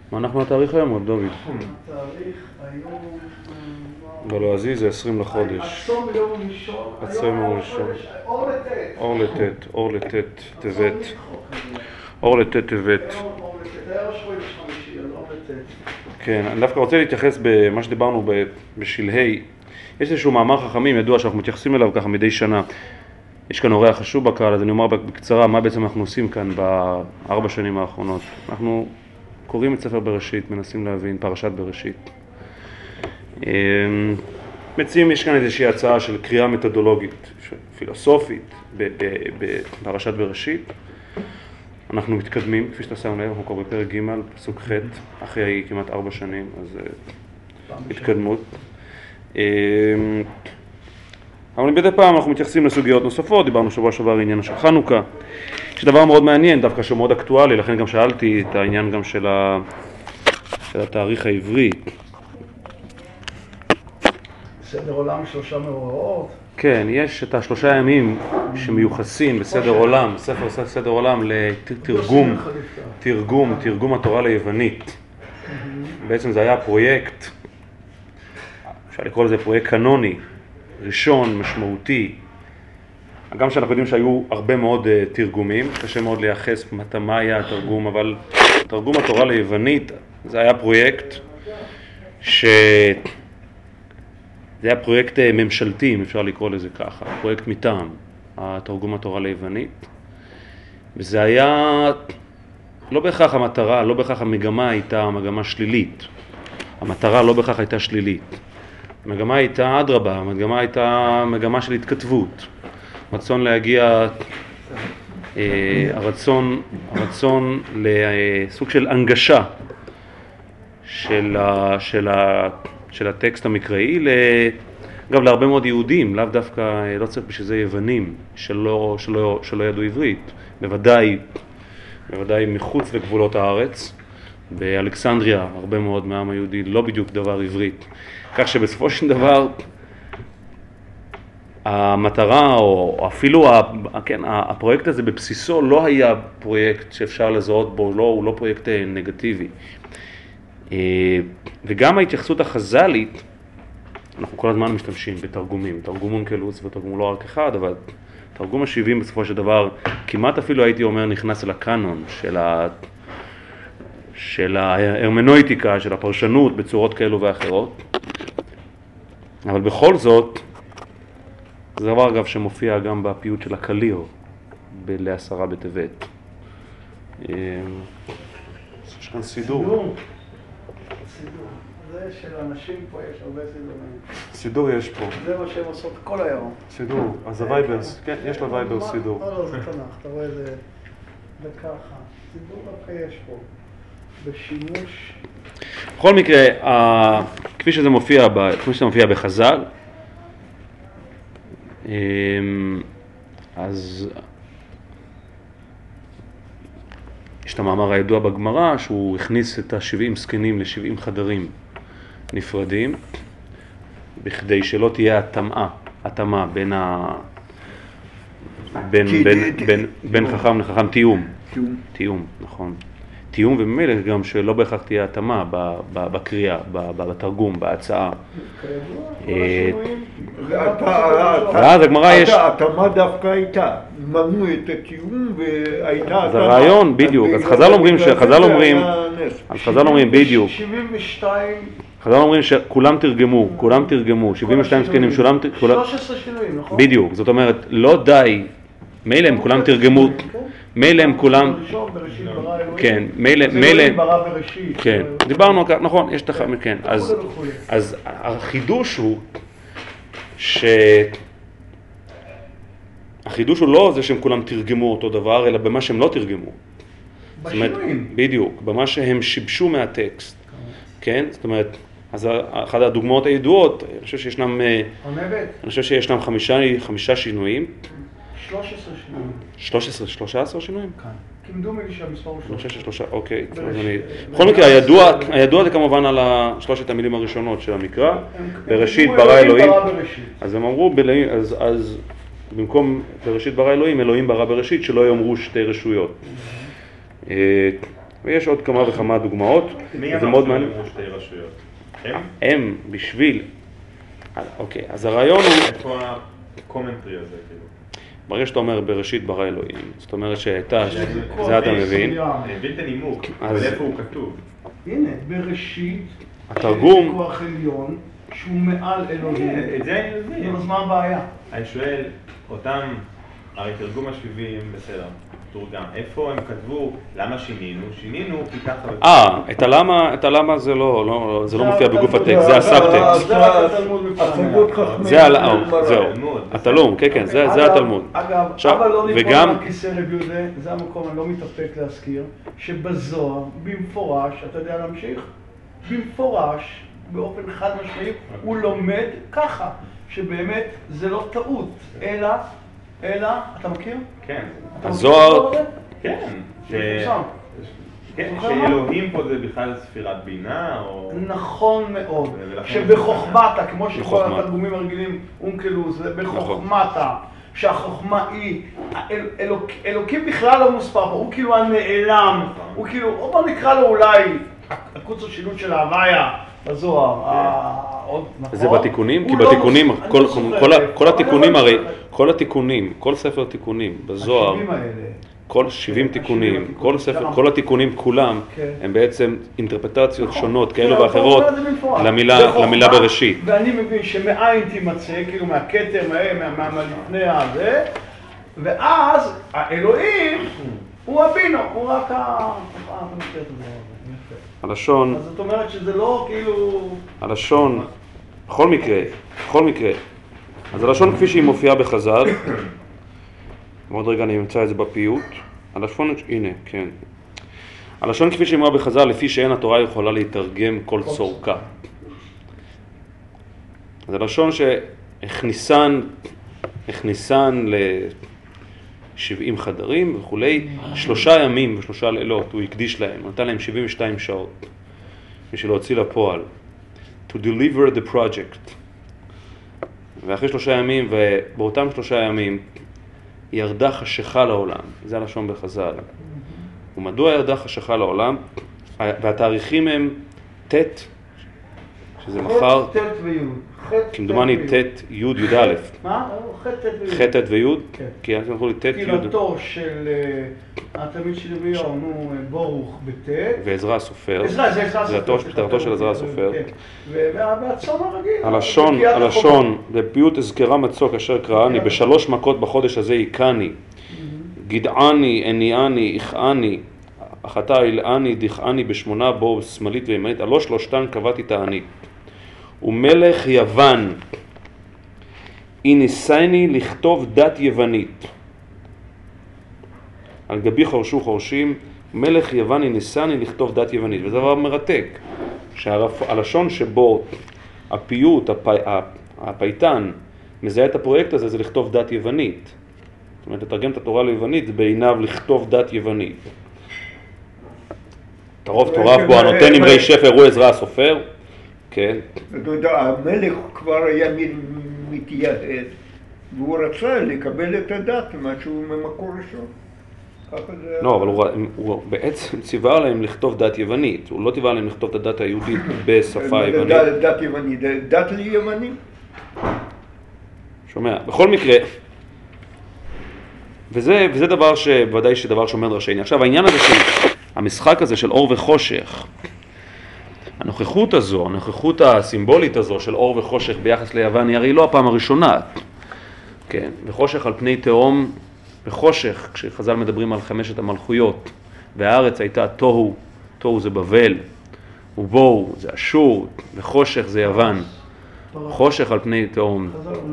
מה אנחנו התאריך היום עוד, דוד? התאריך היום... בלועזי זה 20 לחודש. הצום ביום ראשון. הצום ביום ראשון. אור לתת. אור לתת, טבת. אור לתת, טבת. היה ראש חודש חמישי, אז אור לתת. כן, אני דווקא רוצה להתייחס במה שדיברנו בשלהי. יש איזשהו מאמר חכמים ידוע שאנחנו מתייחסים אליו ככה מדי שנה. יש כאן אורח חשוב בקהל, אז אני אומר בקצרה מה בעצם אנחנו עושים כאן ב4 שנים האחרונות. אנחנו קוראים את ספר בראשית, מנסים להבין פרשת בראשית. מציעים, יש כאן איזושהי הצעה של קריאה מתודולוגית, פילוסופית בפרשת בראשית. אנחנו מתקדמים, כפי שאתה שם לב, אנחנו כבר בפרק ג' פסוק ח', אחרי כמעט 4 שנים, אז התקדמות. אבל מדי פעם אנחנו מתייחסים לסוגיות נוספות, דיברנו שבוע שעבר עניין של חנוכה. יש דבר מאוד מעניין, דווקא שמאוד אקטואלי, לכן גם שאלתי את העניין גם של התאריך העברי. סדר עולם 3 מאורעות. כן, יש את 3 ימים שמיוחסים בסדר עולם, סדר עולם לתרגום התורה ליוונית. בעצם זה היה פרויקט, אפשר לקרוא לזה פרויקט קנוני, ראשון, משמעותי. גם שאנחנו יודעים שהיו הרבה מאוד תרגומים, קשה מאוד לייחס מה היה התרגום, אבל תרגום התורה ליוונית זה היה פרויקט זה היה פרויקט ממשלתי, אם אפשר לקרוא לזה ככה, פרויקט מטעם, התרגום התורה ליוונית. וזה היה לא בהכרח המטרה, לא בהכרח המגמה הייתה מגמה שלילית. המטרה לא בהכרח הייתה שלילית. המגמה הייתה אדרבה, המגמה הייתה מגמה של התכתבות. רצון להגיע, הרצון לסוג של הנגשה של הטקסט המקראי, אגב, להרבה מאוד יהודים, לאו דווקא, לא צריך בשביל זה יוונים, שלא ידעו עברית, בוודאי מחוץ לגבולות הארץ, באלכסנדריה, הרבה מאוד מהעם היהודי לא בדיוק דבר עברית. כך שבסופו של דבר, המטרה, או אפילו הפרויקט הזה בבסיסו לא היה פרויקט שאפשר לזהות בו, הוא לא פרויקט נגטיבי. וגם ההתייחסות החז"לית, אנחנו כל הזמן משתמשים בתרגומים, תרגום אונקלוס ותרגום לא רק אחד, אבל תרגום ה-70 בסופו של דבר, כמעט אפילו הייתי אומר נכנס לקאנון של ההרמנויטיקה, של הפרשנות בצורות כאלו ואחרות. אבל בכל זאת, זה דבר אגב שמופיע גם בפיוט של הקליר, ב-10 בטבת. יש כאן סידור. זה של אנשים פה, יש הרבה סידורים. סידור יש פה. זה מה שהם עושות כל היום. סידור, אז הווייברס, כן, יש לווייברס סידור. לא, זה תנ"ך, אתה רואה זה ככה. סידור דווקא יש פה. בשימוש... בכל מקרה, כפי שזה מופיע בחז"ל, אז יש את המאמר הידוע בגמרא שהוא הכניס את ה-70 זקנים ל-70 חדרים נפרדים, בכדי שלא תהיה התאמה בין חכם לחכם, תיאום, נכון. תיאום וממילא גם שלא בהכרח תהיה התאמה בקריאה, בתרגום, בהצעה. ואז הגמרא יש... התאמה דווקא הייתה, מנו את התיאום והייתה... זה רעיון, בדיוק. אז חז"ל אומרים בדיוק. 72... חז"ל אומרים שכולם תרגמו, 72 זקנים, 13 שינויים, נכון? בדיוק, זאת אומרת, לא די, מילא הם כולם תרגמו, מילא הם כולם, כן, מילא, כן, דיברנו, נכון, יש תחם, כן, אז החידוש הוא החידוש הוא לא זה שהם כולם תרגמו אותו דבר, אלא במה שהם לא תרגמו. בשינויים. בדיוק, במה שהם שיבשו מהטקסט, כן, זאת אומרת, אז אחת הדוגמאות הידועות, אני חושב שישנם 5 שינויים. 13 שינויים? כן. כמדומי לי שהמספר הוא 13. אוקיי. בכל מקרה, הידוע זה כמובן על 3 המילים הראשונות של המקרא. בראשית ברא אלוהים. אז הם אמרו, אז במקום בראשית ברא אלוהים, אלוהים ברא בראשית, שלא יאמרו 2 רשויות. ויש עוד כמה וכמה דוגמאות. מי זה מאוד אמר מעניין. שתי רשויות? הם בשביל... אוקיי, אז הרעיון הוא... איפה הקומנטרי הזה, כאילו? ברגע שאתה אומר בראשית ברא אלוהים, זאת אומרת שהייתה... זה אתה מבין. אני מבין את הנימוק, אבל איפה הוא כתוב? הנה, בראשית, התרגום... יש כוח עליון שהוא מעל אלוהים. את זה אני מבין. אז מה הבעיה? אני שואל, אותם, הרי תרגום השבעים, בסדר, תורגם, איפה הם כתבו, למה שינינו? שינינו כי ככה... את הלמה זה לא מופיע בגוף הטקסט, זה הסאבטקסט. זה רק התלמוד מפעם. זהו, התלמוד, כן, זה התלמוד. אגב, אבל לא ניפול מהכיסא לביודה, זה המקום, אני לא מתאפק להזכיר, שבזוהר, במפורש, אתה יודע להמשיך? במפורש, באופן חד משמעי, הוא לומד ככה, שבאמת זה לא טעות, אלא, אתה מכיר? כן. הזוהר... כן. כן, שאלוהים פה זה בכלל ספירת בינה, או... נכון מאוד, שבחוכמתה, כמו שכל התרגומים הרגילים אונקלוס, ובחוכמתה, שהחוכמה היא, אלוקים בכלל לא מוספר פה, הוא כאילו הנעלם, הוא כאילו, בוא נקרא לו אולי, הקוץ השילוט של ההוויה בזוהר, זה בתיקונים, כי בתיקונים, כל התיקונים הרי, כל ספר תיקונים בזוהר, כל 70 תיקונים, כל התיקונים כולם הם בעצם אינטרפטציות שונות כאלו ואחרות למילה בראשית. ואני מבין שמאין תימצא, כאילו מהכתר, מהלפני הזה, ואז האלוהים הוא הבינו, הוא רק הלשון... אז זאת אומרת שזה לא כאילו... הלשון, בכל מקרה, אז הלשון כפי שהיא מופיעה בחז"ל, ועוד רגע אני אמצא את זה בפיוט, הלשון, הנה, כן. הלשון כפי שהיא מופיעה בחז"ל, לפי שאין התורה יכולה להתרגם כל צורכה. אז הלשון שהכניסן ל-70 חדרים וכולי, 3 ימים ו3 לילות הוא הקדיש להם, הוא נתן להם 72 שעות בשביל להוציא לפועל, to deliver the project. ואחרי 3 ימים, ובאותם 3 ימים, ירדה חשיכה לעולם, זה הלשון בחז"ל. ומדוע ירדה חשיכה לעולם? והתאריכים הם ט', שזה מחר, ח' ט' וי'. כמדומני ט' י' י' א'. מה? ח' ט' וי'. ח' ט' וי'? כן. כי אנחנו יכולים ט' י'. תחילתו של התלמיד של אליהו, נו, ברוך בט'. ועזרא הסופר. זה תחילתו של עזרא הסופר. והצום הרגיל. הלשון, בפיוט אזכרה מצוק אשר קראני, ב3 מכות בחודש הזה יקני, גדעני, עניאני, איכעני, אחתה אילעני, דיכעני ב8 בו שמאלית וימנית, הלא 3 קבעתי תענית. ומלך יוון, הניסני לכתוב דת יוונית. על גבי חורשו חורשים, מלך יוון הניסני לכתוב דת יוונית. וזה דבר מרתק, שהלשון שבו הפיוט, הפייטן, מזהה את הפרויקט הזה, זה לכתוב דת יוונית. זאת אומרת, לתרגם את התורה ליוונית, זה בעיניו לכתוב דת יוונית. טרוף טורף בו הנותן אמרי שפר הוא עזרא הסופר. כן. המלך כבר היה מתייעד, והוא רצה לקבל את הדת, משהו ממקור ראשון. לא, אבל הוא בעצם ציווה עליהם לכתוב דת יוונית, הוא לא ציווה עליהם לכתוב את הדת היהודית בשפה היוונית. דת יוונית, דת ליוונים. שומע, בכל מקרה, וזה דבר שבוודאי שדבר שעומד ראשי. עכשיו העניין הזה של המשחק הזה של אור וחושך, הנוכחות הזו, הנוכחות הסימבולית הזו של אור וחושך ביחס ליוון היא הרי לא הפעם הראשונה. כן, וחושך על פני תהום, וחושך, כשחז"ל מדברים על 5 המלכויות, והארץ הייתה תוהו, תוהו זה בבל, ובואו זה אשור, וחושך זה יוון. חושך על פני תהום.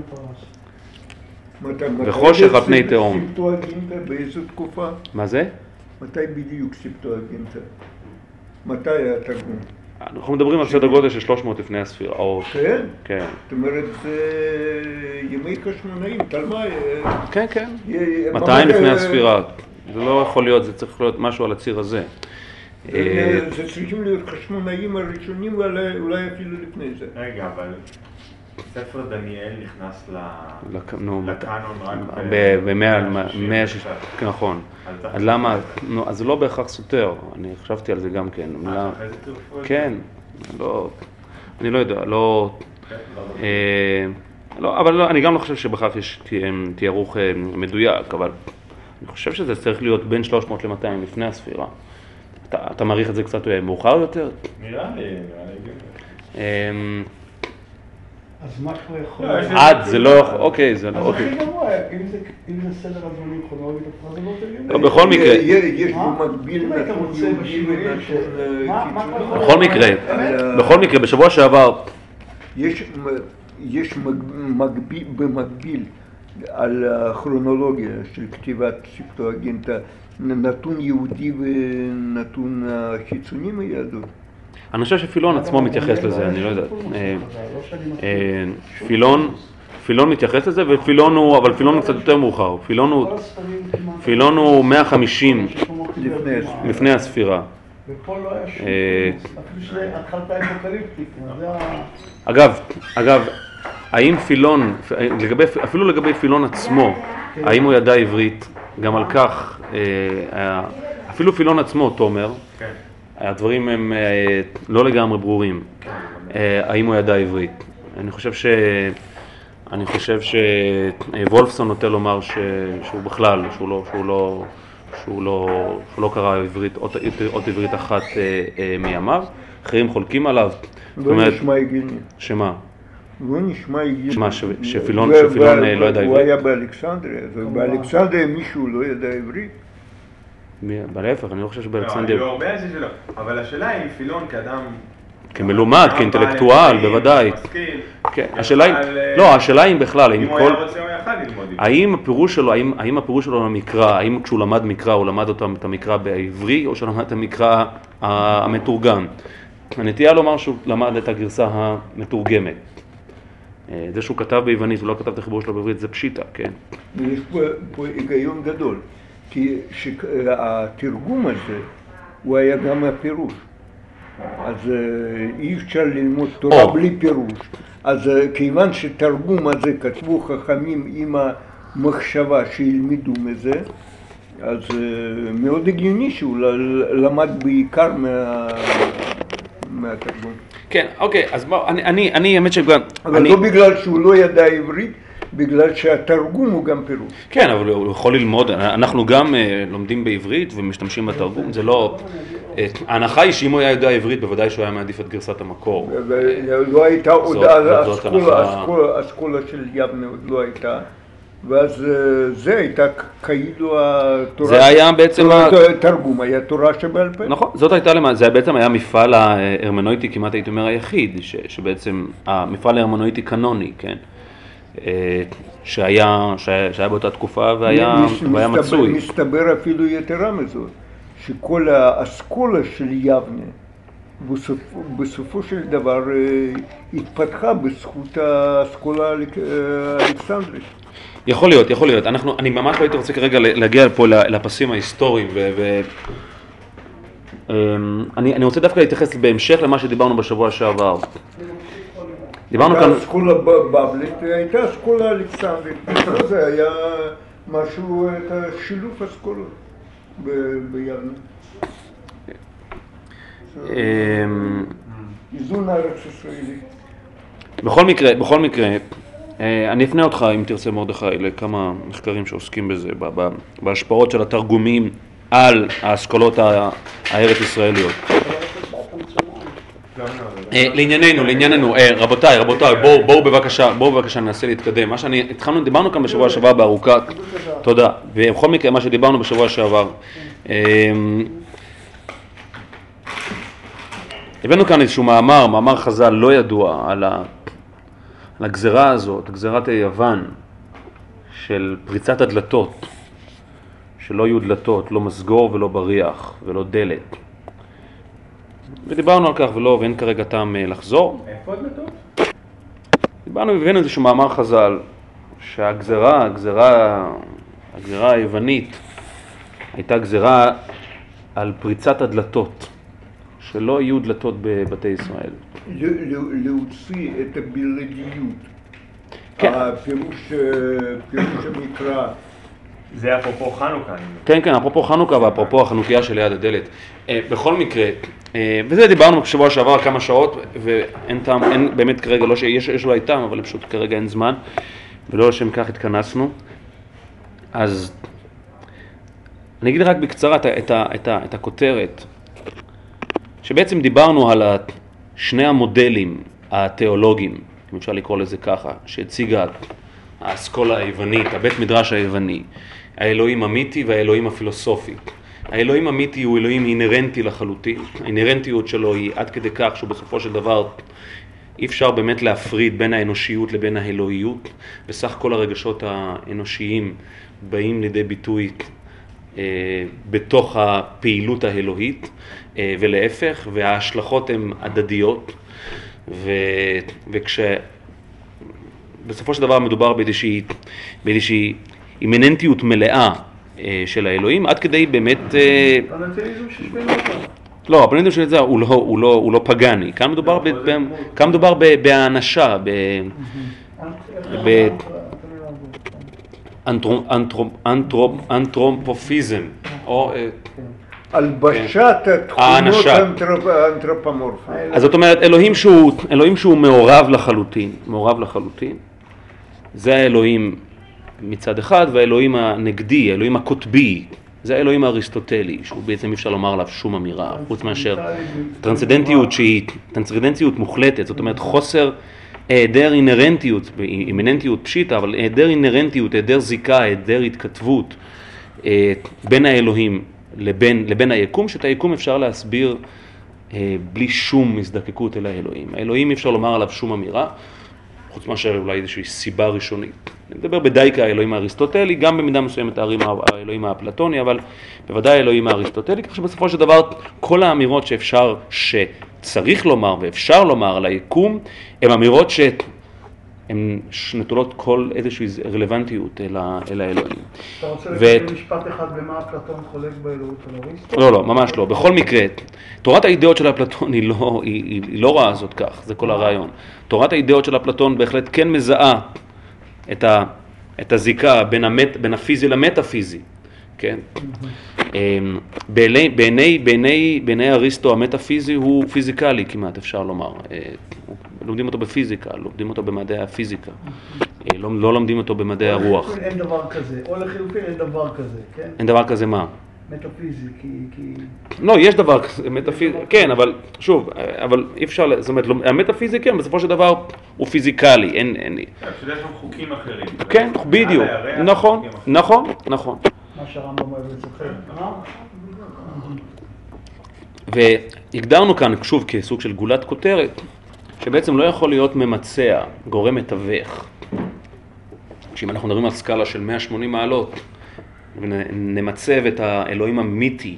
וחושך על פני תהום. באיזו תקופה? מה זה? מתי בדיוק ספטואגינטה? מתי היה תרגום? אנחנו מדברים על סדר גודל של 300 לפני הספירה. כן? כן. זאת אומרת, זה ימי חשמונאים, תלמי... כן, כן. 200 לפני הספירה. זה לא יכול להיות, זה צריך להיות משהו על הציר הזה. זה צריכים להיות חשמונאים הראשונים, ואולי אפילו לפני זה. רגע, אבל ספר דניאל נכנס לקאנון רק במאה נכון. אז למה? אז זה לא בהכרח סותר, אני חשבתי על זה גם כן. כן, אני לא יודע, אבל אני גם לא חושב שבכך יש תיארוך מדויק, אבל אני חושב שזה צריך להיות בין 300 ל-200 לפני הספירה. אתה מעריך את זה קצת מאוחר יותר? נראה לי. אז מה כבר יכול... זה לא יכול, אוקיי, זה לא, אוקיי. אז הכי גבוה, אם זה סדר הזמנים כרונולוגית, אז זה לא תגיד. בכל מקרה. יש במקביל נתון יהודי בכל מקרה, בשבוע שעבר... יש במקביל על הכרונולוגיה של כתיבת ספטואגינטה נתון יהודי ונתון חיצוני מיהדות. אני חושב שפילון עצמו מתייחס לזה, אני לא יודע. פילון מתייחס לזה, אבל פילון הוא קצת יותר מאוחר. פילון הוא 150 לפני הספירה. ופה לא היה שום, אפילו התחלתה אפוקליפטית. אגב, האם פילון, אפילו לגבי פילון עצמו, האם הוא ידע עברית, גם על כך, אפילו פילון עצמו, תומר, הדברים הם לא לגמרי ברורים, האם הוא ידע עברית. אני חושב שוולפסון נוטה לומר שהוא בכלל, שהוא לא קרא עברית, אות עברית אחת מימיו, אחרים חולקים עליו. לא נשמע הגיוני. שמה? לא נשמע הגיוני. שפילון לא ידע עברית? הוא היה באלכסנדריה, ובאלכסנדריה מישהו לא ידע עברית? בלהפך, אני לא חושב שבאלכסנדריה... לא, אני לא הרבה על זה שלא, אבל השאלה היא פילון כאדם... כמלומד, כאינטלקטואל, בוודאי. השאלה היא בכלל, אם הוא היה רוצה הוא יכל ללמוד. האם הפירוש שלו למקרא, האם כשהוא למד מקרא הוא למד את המקרא בעברי, או שהוא למד את המקרא המתורגם? הנטייה לומר שהוא למד את הגרסה המתורגמת. זה שהוא כתב ביוונית ולא כתב את החיבור שלו בעברית זה פשיטה, כן? ויש פה היגיון גדול, כי התרגום הזה הוא היה גם הפירוש. אז אי אפשר ללמוד תורה בלי פירוש. אז כיוון שתרגום הזה כתבו חכמים עם המחשבה שילמדו מזה, אז מאוד הגיוני שהוא למד בעיקר מהתרגום. כן, אוקיי, אז בוא, אני האמת שגם... אבל לא בגלל שהוא לא ידע עברית, בגלל שהתרגום הוא גם פירוש. כן, אבל הוא יכול ללמוד, אנחנו גם לומדים בעברית ומשתמשים בתרגום, זה לא... ההנחה היא שאם הוא היה יודע עברית, בוודאי שהוא היה מעדיף את גרסת המקור. לא הייתה עוד, האסכולה של יבנה עוד לא הייתה, ואז זה הייתה כאילו התורה... זה היה בעצם... תרגום, היה תורה שבעל פה. נכון, זה בעצם היה מפעל ההרמנויטי, כמעט הייתי אומר היחיד, שבעצם המפעל ההרמנויטי קנוני, כן? שהיה באותה תקופה והיה מצוי. מסתבר אפילו יתרה מזאת, שכל האסכולה של יבנה בסופו של דבר התפתחה בזכות האסכולה האלכסנדרית. יכול להיות. אני ממש לא הייתי רוצה כרגע להגיע פה לפסים ההיסטוריים אני רוצה דווקא להתייחס בהמשך למה שדיברנו בשבוע שעבר. דיברנו כאן... האסכולה בבלית הייתה אסכולה אלכסנדרית, זה היה משהו, את השילוף אסכולות ביבנה. איזון הארץ ישראלי. בכל מקרה, אני אפנה אותך, אם תרצה מרדכי, לכמה מחקרים שעוסקים בזה, בהשפעות של התרגומים על האסכולות הארץ ישראליות. לענייננו, רבותיי, בואו בבקשה ננסה להתקדם. מה דיברנו כאן בשבוע שעבר בארוכה, תודה, ובכל מקרה מה שדיברנו בשבוע שעבר, הבאנו כאן איזשהו מאמר חז"ל לא ידוע על הגזרה הזאת, גזרת יוון, של פריצת הדלתות, שלא יהיו דלתות, לא מסגור ולא בריח ולא דלת. ודיברנו על כך ואין כרגע טעם לחזור. איפה הדלתות? הבאנו איזשהו מאמר חז"ל, שהגזרה היוונית הייתה גזרה על פריצת הדלתות, שלא יהיו דלתות בבתי ישראל. להוציא את הבלעדיות. כן. הפירוש המקרא. זה אפרופו חנוכה. כן, כן, אפרופו חנוכה ואפרופו החנוכיה של ליד הדלת. בכל מקרה, וזה דיברנו בשבוע שעבר כמה שעות, ואין טעם, אין באמת כרגע, לא שיש אולי טעם, אבל פשוט כרגע אין זמן, ולא לשם כך התכנסנו. אז אני אגיד רק בקצרה את הכותרת, שבעצם דיברנו על שני המודלים התיאולוגיים, אם אפשר לקרוא לזה ככה, שהציגה האסכולה היוונית, הבית מדרש היווני, האלוהים המיתי והאלוהים הפילוסופי. האלוהים המיתי הוא אלוהים אינרנטי לחלוטין, האינרנטיות שלו היא עד כדי כך שהוא בסופו של דבר אי אפשר באמת להפריד בין האנושיות לבין האלוהיות, וסך כל הרגשות האנושיים באים לידי ביטוי בתוך הפעילות האלוהית ולהפך, וההשלכות הן הדדיות, בסופו של דבר מדובר באיזושהי אימננטיות מלאה של האלוהים, עד כדי באמת... הפנתאיזם ששבינו אותם. לא, הפנתאיזם של זה הוא לא פגני. כאן מדובר בהאנשה, באנתרופופיזם, או... הלבשת התכונות האנתרופומורפיות. אז זאת אומרת, אלוהים שהוא מעורב לחלוטין, זה האלוהים מצד אחד, והאלוהים הנגדי, האלוהים הקוטבי, זה האלוהים האריסטוטלי, שהוא בעצם אי אפשר לומר עליו שום אמירה, חוץ מאשר טרנסצנדנטיות שהיא טרנסצנדנטיות מוחלטת, זאת אומרת חוסר, היעדר אינרנטיות, אימננטיות פשיטה, אבל היעדר אינרנטיות, היעדר זיקה, היעדר התכתבות בין האלוהים לבין היקום, שאת היקום אפשר להסביר בלי שום הזדקקות אל האלוהים. האלוהים אי אפשר לומר עליו שום אמירה, חוץ מאשר אולי איזושהי סיבה ראשונית. אני מדבר בדייקה האלוהים האריסטוטלי, גם במידה מסוימת האלוהים האפלטוני, אבל בוודאי האלוהים האריסטוטלי, כך שבסופו של דבר כל האמירות שצריך לומר ואפשר לומר על היקום, הן אמירות הן נטולות כל איזושהי רלוונטיות אל האלוהים. אתה רוצה להגיד משפט אחד במה אפלטון חולק באלוהות על אריסטו? לא, ממש לא. בכל מקרה, תורת האידאות של אפלטון היא לא רעה זאת כך, זה כל הרעיון. תורת האידאות של אפלטון בהחלט כן מזהה את הזיקה בין הפיזי למטאפיזי, כן? בעיני אריסטו המטאפיזי הוא פיזיקלי כמעט, אפשר לומר. לומדים אותו בפיזיקה, לומדים אותו במדעי הפיזיקה, לא לומדים אותו במדעי הרוח. אין דבר כזה, או לחילופין אין דבר כזה, כן? אין דבר כזה מה? מטאפיזי, כי... לא, יש דבר כזה, מטאפיזי, כן, אבל שוב, אבל אי אפשר, זאת אומרת, המטאפיזי כן, בסופו של דבר הוא פיזיקלי, אין... יש לנו חוקים אחרים. כן, בדיוק, נכון. מה שהרמב"ם אוהב לצחק. והגדרנו כאן, שוב, כסוג של גולת כותרת, שבעצם לא יכול להיות ממצע, גורם מתווך. שאם אנחנו מדברים על סקאלה של 180 מעלות, ונמצב את האלוהים המיתי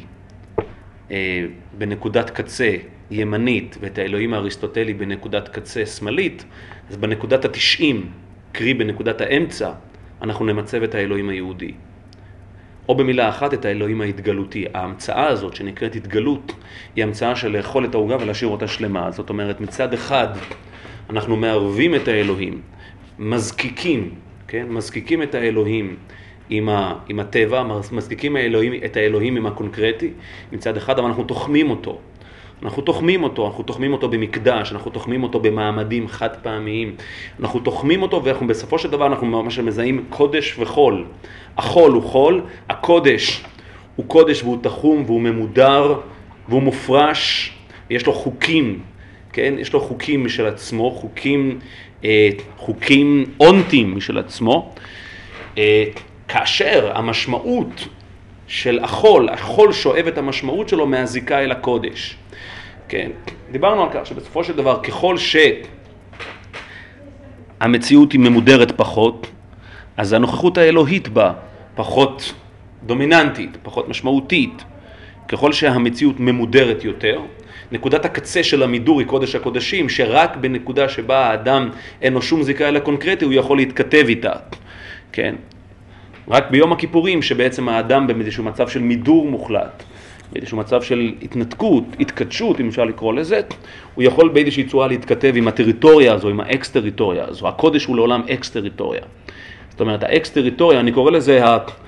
בנקודת קצה ימנית, ואת האלוהים האריסטוטלי בנקודת קצה שמאלית, אז בנקודת ה-90, קרי בנקודת האמצע, אנחנו נמצב את האלוהים היהודי. או במילה אחת את האלוהים ההתגלותי. ההמצאה הזאת שנקראת התגלות היא המצאה של לאכול את העוגה ולהשאיר אותה שלמה. זאת אומרת, מצד אחד אנחנו מערבים את האלוהים, מזקיקים, כן? מזקיקים את האלוהים עם הטבע, מזקיקים את האלוהים עם הקונקרטי, מצד אחד, אבל אנחנו תוחמים אותו. אנחנו תוחמים אותו במקדש, אנחנו תוחמים אותו במעמדים חד פעמיים, אנחנו תוחמים אותו ואנחנו בסופו של דבר אנחנו ממש מזהים קודש וחול. החול הוא חול, הקודש הוא קודש והוא תחום והוא ממודר והוא מופרש, יש לו חוקים, כן? יש לו חוקים משל עצמו, חוקים אונטיים משל עצמו, כאשר המשמעות של החול שואב את המשמעות שלו מהזיקה אל הקודש. כן, דיברנו על כך שבסופו של דבר ככל שהמציאות היא ממודרת פחות, אז הנוכחות האלוהית בה פחות דומיננטית, פחות משמעותית. ככל שהמציאות ממודרת יותר, נקודת הקצה של המידור היא קודש הקודשים, שרק בנקודה שבה האדם אין לו שום זיקה אל הקונקרטי, הוא יכול להתכתב איתה. כן, רק ביום הכיפורים שבעצם האדם באיזשהו מצב של מידור מוחלט, באיזשהו מצב של התנתקות, התקדשות, אם אפשר לקרוא לזה, הוא יכול באיזושהי צורה להתכתב עם הטריטוריה הזו, עם האקס-טריטוריה הזו. הקודש הוא לעולם אקס-טריטוריה. זאת אומרת, האקס-טריטוריה, אני קורא לזה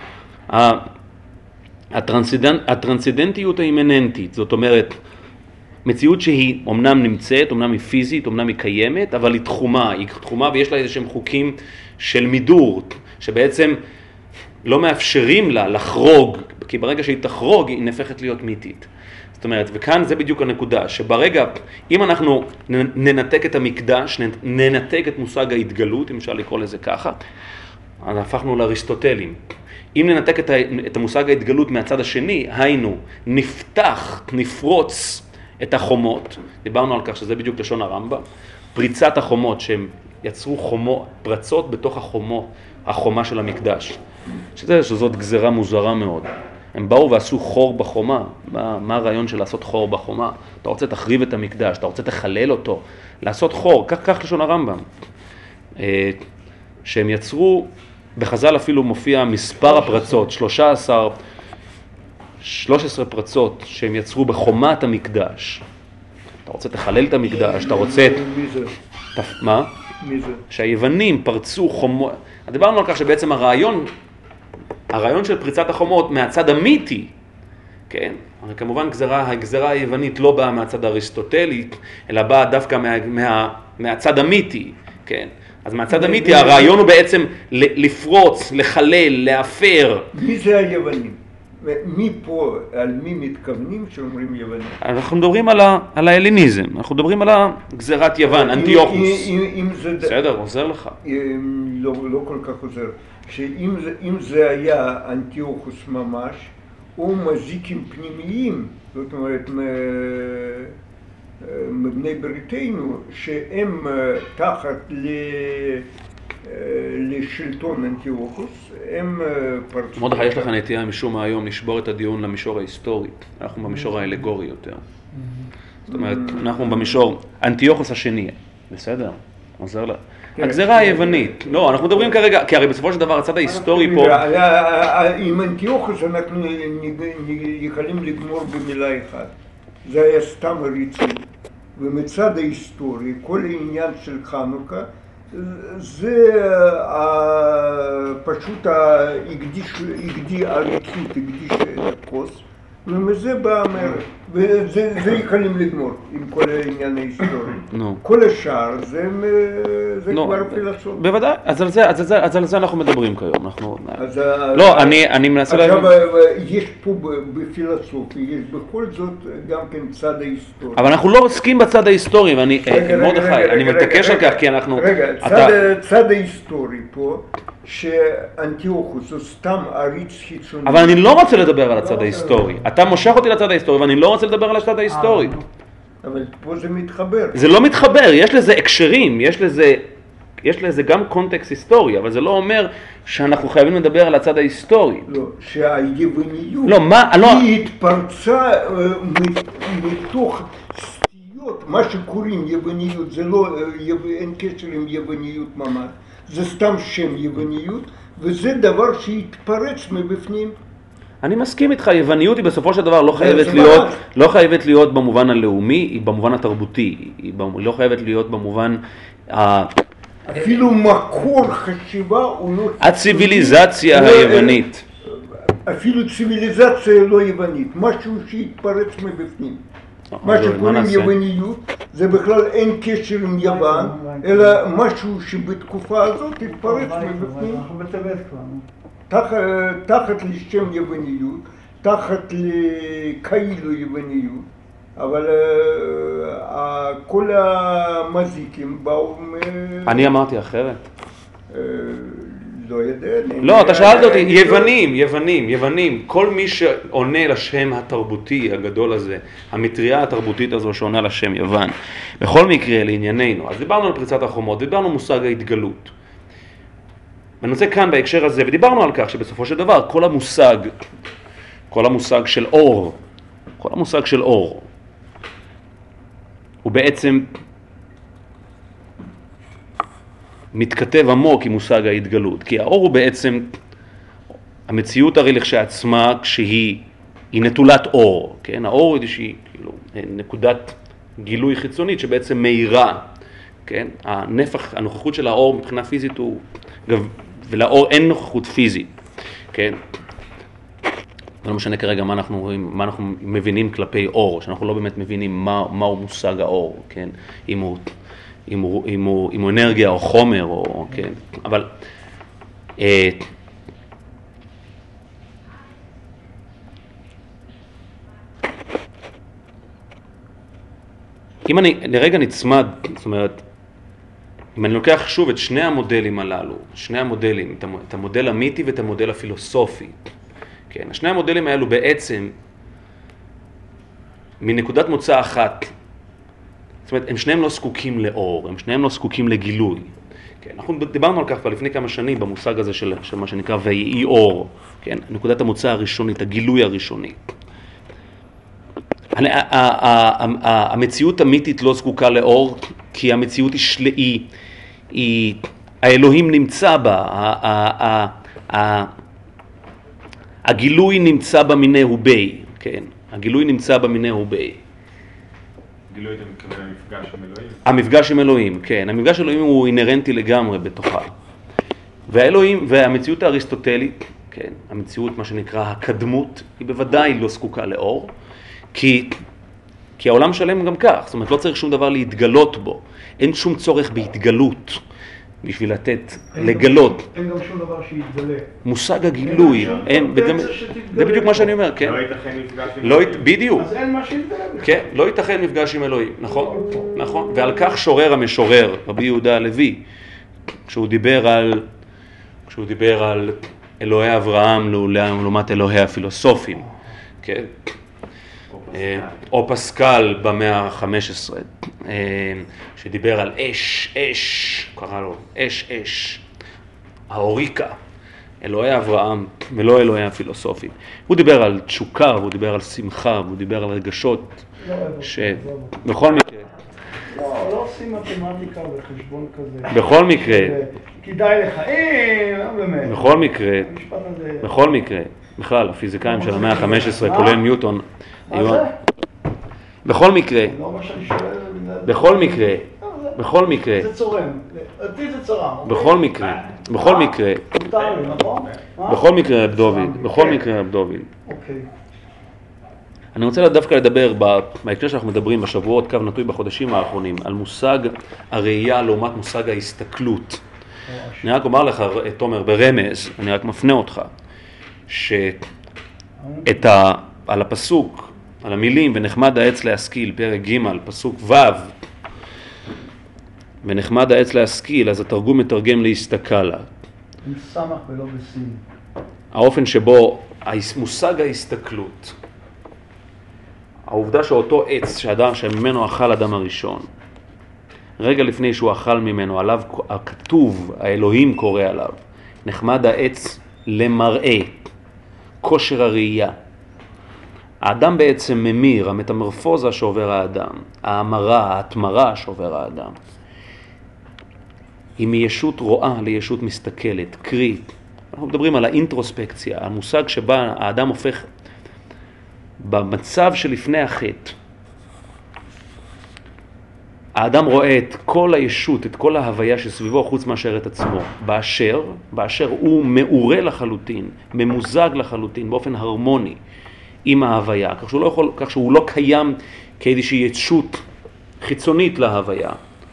הטרנסצנדנטיות האימננטית. זאת אומרת, מציאות שהיא אומנם נמצאת, אומנם היא פיזית, אומנם היא קיימת, אבל היא תחומה ויש לה איזשהם חוקים של מידור, שבעצם לא מאפשרים לה לחרוג, כי ברגע שהיא תחרוג היא נהפכת להיות מיתית. זאת אומרת, וכאן זה בדיוק הנקודה, שברגע, אם אנחנו ננתק את המקדש, ננתק את מושג ההתגלות, אם אפשר לקרוא לזה ככה, אז הפכנו לאריסטוטלים. אם ננתק את המושג ההתגלות מהצד השני, היינו, נפרוץ את החומות, דיברנו על כך שזה בדיוק לשון הרמב"ם, פריצת החומות שהם יצרו פרצות בתוך החומה של המקדש. שזאת גזרה מוזרה מאוד. הם באו ועשו חור בחומה. מה הרעיון של לעשות חור בחומה? אתה רוצה תחריב את המקדש, אתה רוצה תחלל אותו, לעשות חור, כך לשון הרמב"ם. שהם יצרו, בחז"ל אפילו מופיע מספר הפרצות, 13 פרצות שהם יצרו בחומת המקדש. אתה רוצה תחלל את המקדש, אתה רוצה... מי זה? מה? מי זה? שהיוונים פרצו חומות. דיברנו על כך שבעצם הרעיון של פריצת החומות מהצד המיתי, כן? הרי כמובן הגזרה היוונית לא באה מהצד האריסטוטלי, אלא באה דווקא מהצד המיתי, כן? אז מהצד המיתי הרעיון הוא בעצם לפרוץ, לחלל, להפר. מי זה היוונים? מי פה, על מי מתכוונים שאומרים יוונים? אנחנו מדברים על ההליניזם, אנחנו מדברים על גזירת יוון, אנטיוכוס. בסדר, עוזר לך. לא כל כך עוזר. שאם זה היה אנטיוכוס ממש, או מזיקים פנימיים, זאת אומרת, מבני בריתנו, שהם תחת לשלטון אנטיוכוס, הם פרצו... מרדכי, יש לך נטייה משום מה היום לשבור את הדיון למישור ההיסטורי. אנחנו במישור האלגורי יותר. זאת אומרת, אנחנו במישור אנטיוכוס השני. בסדר? עוזר לה. הגזרה היוונית. לא, אנחנו מדברים כרגע, כי הרי בסופו של דבר הצד ההיסטורי פה... עם אנטיוכוס אנחנו יכולים לגמור במילה אחת. זה היה סתם עריצות. ומצד ההיסטורי, כל העניין של חנוכה, זה פשוט הקדיש את הכוס, ומזה בא המרד, וזה יכולים לגמור עם כל העניין ההיסטורי. כל השאר זה כבר פילוסופיה. בוודאי, אז על זה אנחנו מדברים כיום. לא, אני מנסה להבין. עכשיו, יש פה בפילוסופיה, יש בכל זאת גם כן צד ההיסטורי. אבל אנחנו לא עוסקים בצד ההיסטורי, ואני, מרדכי, אני מתעקש על כך, כי אנחנו... רגע, צד ההיסטורי פה, שאנטיוכוס הוא סתם עריץ חיצוני. אבל אני לא רוצה לדבר על הצד ההיסטורי. אתה מושך אותי לצד ההיסטורי, ואני לא רוצה לדבר על הצד ההיסטורי. אבל פה זה מתחבר. זה לא מתחבר, יש לזה הקשרים, יש לזה גם קונטקסט היסטורי, אבל זה לא אומר שאנחנו חייבים לדבר על הצד ההיסטורי. לא, שהיווניות היא התפרצה מתוך סטיות, מה שקוראים יווניות, זה לא, אין קשר עם יווניות ממש. זה סתם שם יווניות, וזה דבר שהתפרץ מבפנים. אני מסכים איתך, יווניות היא בסופו של דבר לא חייבת להיות במובן הלאומי, היא במובן התרבותי, היא לא חייבת להיות במובן אפילו מקור חשיבה הוא לא... הציביליזציה היוונית. אפילו ציביליזציה לא יוונית, משהו שהתפרץ מבפנים. מה שקוראים יווניות, זה בכלל אין קשר עם יוון, אלא משהו שבתקופה הזאת התפרץ מבפנים. תחת לשם יווניות, תחת לכאילו יווניות, אבל כל המזיקים באו אני אמרתי אחרת. לא יודע. לא, אתה שאלת אותי, יוונים, כל מי שעונה לשם התרבותי הגדול הזה, המטריה התרבותית הזו שעונה לשם יוון, בכל מקרה לענייננו, אז דיברנו על פריצת החומות, דיברנו על מושג ההתגלות. ואני רוצה כאן בהקשר הזה, ודיברנו על כך שבסופו של דבר כל המושג של אור, הוא בעצם מתכתב עמוק עם מושג ההתגלות, כי האור הוא בעצם המציאות הרי לכשעצמה כשהיא היא נטולת אור, כן? האור היא איזושהי כאילו, נקודת גילוי חיצונית שבעצם מאירה, כן? הנוכחות של האור מבחינה פיזית הוא, ולאור אין נוכחות פיזית, כן? זה לא משנה כרגע מה אנחנו רואים, מה אנחנו מבינים כלפי אור, שאנחנו לא באמת מבינים מהו מושג האור, כן? אם הוא אנרגיה או חומר, או, כן? אבל אם אני לרגע נצמד, זאת אומרת, אם אני לוקח שוב את שני המודלים הללו, שני המודלים, את המודל המיתי ואת המודל הפילוסופי, כן, שני המודלים האלו בעצם מנקודת מוצא אחת, זאת אומרת, הם שניהם לא זקוקים לאור, הם שניהם לא זקוקים לגילוי. כן, אנחנו דיברנו על כך כבר לפני כמה שנים במושג הזה של מה שנקרא ויהי אור, כן, נקודת המוצא הראשונית, הגילוי הראשוני. המציאות המיתית לא זקוקה לאור, כי המציאות היא האלוהים נמצא בה, הגילוי נמצא במינהו בי, כן, הגילוי נמצא במינהו בי. גילוי אתה מתכוון למפגש עם אלוהים? המפגש עם אלוהים, כן, המפגש עם אלוהים הוא אינרנטי לגמרי בתוכה. והאלוהים והמציאות האריסטוטלית, כן, המציאות מה שנקרא הקדמות, היא בוודאי לא זקוקה לאור, כי העולם שלם גם כך, זאת אומרת לא צריך שום דבר להתגלות בו, אין שום צורך בהתגלות בשביל לתת, לגלות. אין גם שום דבר שיתגלה. מושג הגילוי, זה בדיוק מה שאני אומר, כן? לא ייתכן מפגש עם אלוהים. בדיוק. אז אין מה שיתגלה. כן, לא ייתכן מפגש עם אלוהים, נכון, נכון. ועל כך שורר המשורר, רבי יהודה הלוי, כשהוא דיבר על אלוהי אברהם לעומת אלוהי הפילוסופים, כן? או פסקל במאה ה-15, שדיבר על אש, קרא לו אש, האוריקה, אלוהי אברהם ולא אלוהי הפילוסופים. הוא דיבר על תשוקה, הוא דיבר על שמחה, הוא דיבר על רגשות, שבכל מקרה... לא עושים מתמטיקה וחשבון כזה. בכל מקרה... כדאי לך, באמת. בכל מקרה, בכלל, הפיזיקאים של המאה ה-15, כולל ניוטון, בכל מקרה, זה צורם, אותי זה צורם. בכל מקרה, רב דוד. אני רוצה דווקא לדבר, בהקשר שאנחנו מדברים בשבועות, קו נטוי בחודשים האחרונים, על מושג הראייה לעומת מושג ההסתכלות. אני רק אומר לך, תומר, ברמז, אני רק מפנה אותך, על הפסוק, על המילים, ונחמד העץ להשכיל, פרק ג', פסוק ו', ונחמד העץ להשכיל, אז התרגום מתרגם להסתכלה. עם סמך ולא בסין. האופן שבו מושג ההסתכלות, העובדה שאותו עץ שממנו אכל אדם הראשון, רגע לפני שהוא אכל ממנו, עליו הכתוב, האלוהים קורא עליו, נחמד העץ למראה, כושר הראייה. האדם בעצם ממיר, המטמורפוזה שעובר האדם, ההתמרה שעובר האדם, היא מישות רואה לישות מסתכלת, קרי, אנחנו מדברים על האינטרוספקציה, המושג שבה האדם הופך במצב שלפני החטא. האדם רואה את כל הישות, את כל ההוויה שסביבו חוץ מאשר את עצמו, באשר הוא מעורה לחלוטין, ממוזג לחלוטין, באופן הרמוני עם ההוויה, כך שהוא לא קיים כאיזושהי ישות חיצונית להוויה.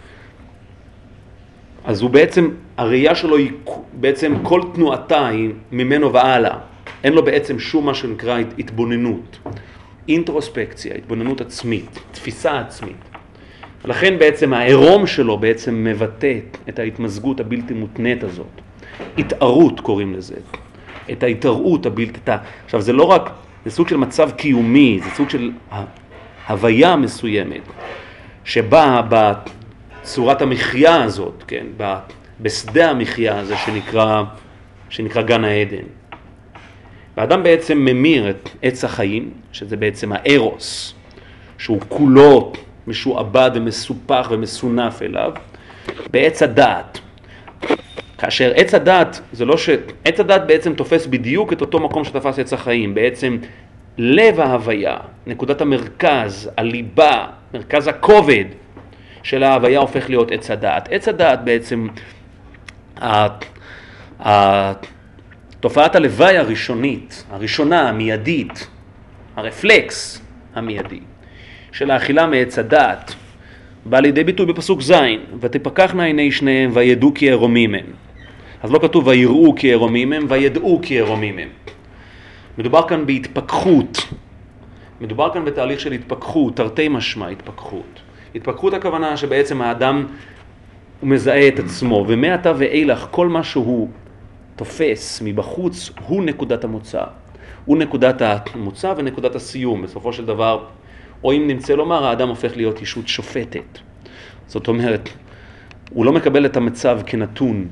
אז הוא בעצם, הראייה שלו היא בעצם כל תנועתה היא ממנו והלאה. אין לו בעצם שום מה שנקרא התבוננות, אינטרוספקציה, התבוננות עצמית, תפיסה עצמית. ולכן בעצם העירום שלו בעצם מבטא את ההתמזגות הבלתי מותנית הזאת. התערות קוראים לזה. את ההתערות הבלתי... עכשיו זה לא רק, זה סוג של מצב קיומי, זה סוג של הוויה מסוימת, שבה בצורת המחיה הזאת, כן, בשדה המחיה הזה שנקרא גן העדן. והאדם בעצם ממיר את עץ החיים, שזה בעצם הארוס, שהוא כולו משועבד ומסופח ומסונף אליו, בעץ הדעת. כאשר עץ הדעת, זה לא עץ הדעת בעצם תופס בדיוק את אותו מקום שתפס עץ החיים, בעצם לב ההוויה, נקודת המרכז, הליבה, מרכז הכובד של ההוויה הופך להיות עץ הדעת. עץ הדעת בעצם, תופעת הלוואי הראשונית, הראשונה, המיידית, הרפלקס המיידי של האכילה מעץ הדעת, בא לידי ביטוי בפסוק זין, ותפקחנה עיני שניהם וידעו כי ערומים הם. אז לא כתוב ויראו כי ערומים הם, וידעו כי ערומים הם. מדובר כאן בהתפכחות, מדובר כאן בתהליך של התפכחות, תרתי משמע התפכחות. התפכחות הכוונה שבעצם האדם הוא מזהה את עצמו, ומעתה ואילך כל מה שהוא תופס מבחוץ הוא נקודת המוצא. הוא נקודת המוצא ונקודת הסיום. בסופו של דבר, או אם נמצא לומר, האדם הופך להיות ישות שופטת. זאת אומרת, הוא לא מקבל את המצב כנתון,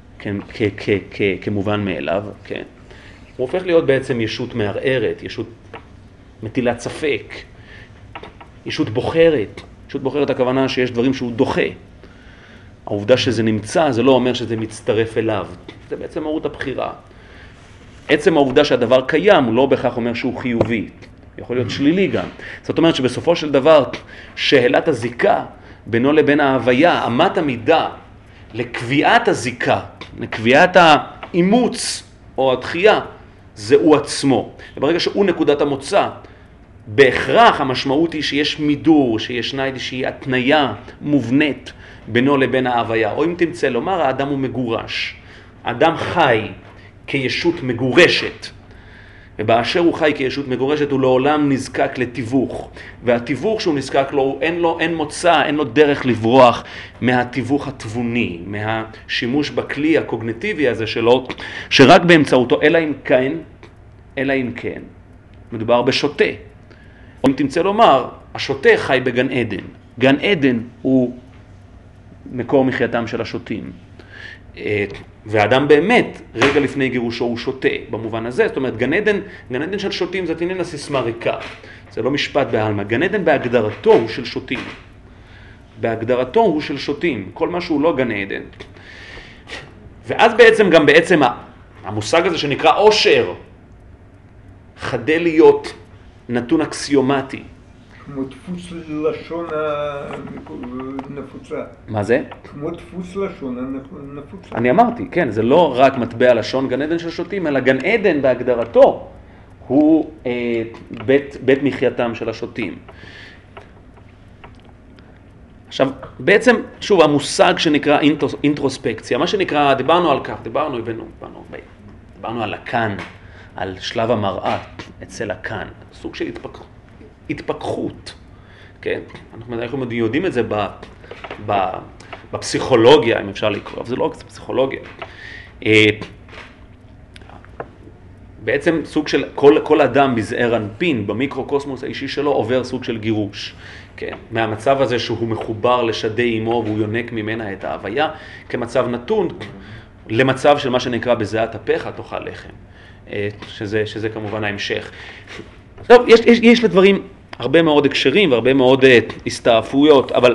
כמובן מאליו, כן? הוא הופך להיות בעצם ישות מערערת, ישות מטילת ספק, ישות בוחרת. ישות בוחרת הכוונה שיש דברים שהוא דוחה. העובדה שזה נמצא, זה לא אומר שזה מצטרף אליו. זה בעצם מהות הבחירה. עצם העובדה שהדבר קיים, הוא לא בהכרח אומר שהוא חיובי. יכול להיות שלילי גם. זאת אומרת שבסופו של דבר, שאלת הזיקה בינו לבין ההוויה, אמת המידה לקביעת הזיקה, לקביעת האימוץ או הדחייה, זה הוא עצמו. וברגע שהוא נקודת המוצא, בהכרח המשמעות היא שיש מידור, שישנה איזושהי התניה מובנית בינו לבין ההוויה. או אם תמצא לומר, האדם הוא מגורש. האדם חי כישות מגורשת. ובאשר הוא חי כישות מגורשת, הוא לעולם נזקק לתיווך. והתיווך שהוא נזקק לו, אין מוצא, אין לו דרך לברוח מהתיווך התבוני, מהשימוש בכלי הקוגניטיבי הזה שלו, שרק באמצעותו, אלא אם כן, מדובר בשוטה. או אם תמצא לומר, השוטה חי בגן עדן. גן עדן הוא מקור מחייתם של השוטים. והאדם באמת, רגע לפני גירושו הוא שוטה, במובן הזה. זאת אומרת, גן עדן של שוטים זאת איננה סיסמה ריקה. זה לא משפט בעלמא. גן עדן בהגדרתו הוא של שוטים. בהגדרתו הוא של שוטים. כל מה שהוא לא גן עדן. ואז בעצם המושג הזה שנקרא עושר, חדל להיות נתון אקסיומטי. כמו דפוס לשון הנפוצה. מה זה? כמו דפוס לשון הנפוצה. אני אמרתי, כן, זה לא רק מטבע לשון גן עדן של שוטים, אלא גן עדן בהגדרתו הוא בית מחייתם של השוטים. עכשיו, בעצם, שוב, המושג שנקרא אינטרוספקציה, מה שנקרא, דיברנו על כך, דיברנו על הקן, על שלב המראה אצל הקן, סוג של התפכחות, כן? אנחנו יודעים את זה בפסיכולוגיה, אם אפשר לקרוא, אבל זה לא רק פסיכולוגיה. בעצם סוג של כל אדם בזעיר אנפין, במיקרוקוסמוס האישי שלו, עובר סוג של גירוש. כן? מהמצב הזה שהוא מחובר לשדי אמו והוא יונק ממנה את ההוויה, כמצב נתון, למצב של מה שנקרא בזיעת אפיך תאכל לחם. שזה כמובן ההמשך. טוב, יש לדברים הרבה מאוד הקשרים והרבה מאוד הסתעפויות, אבל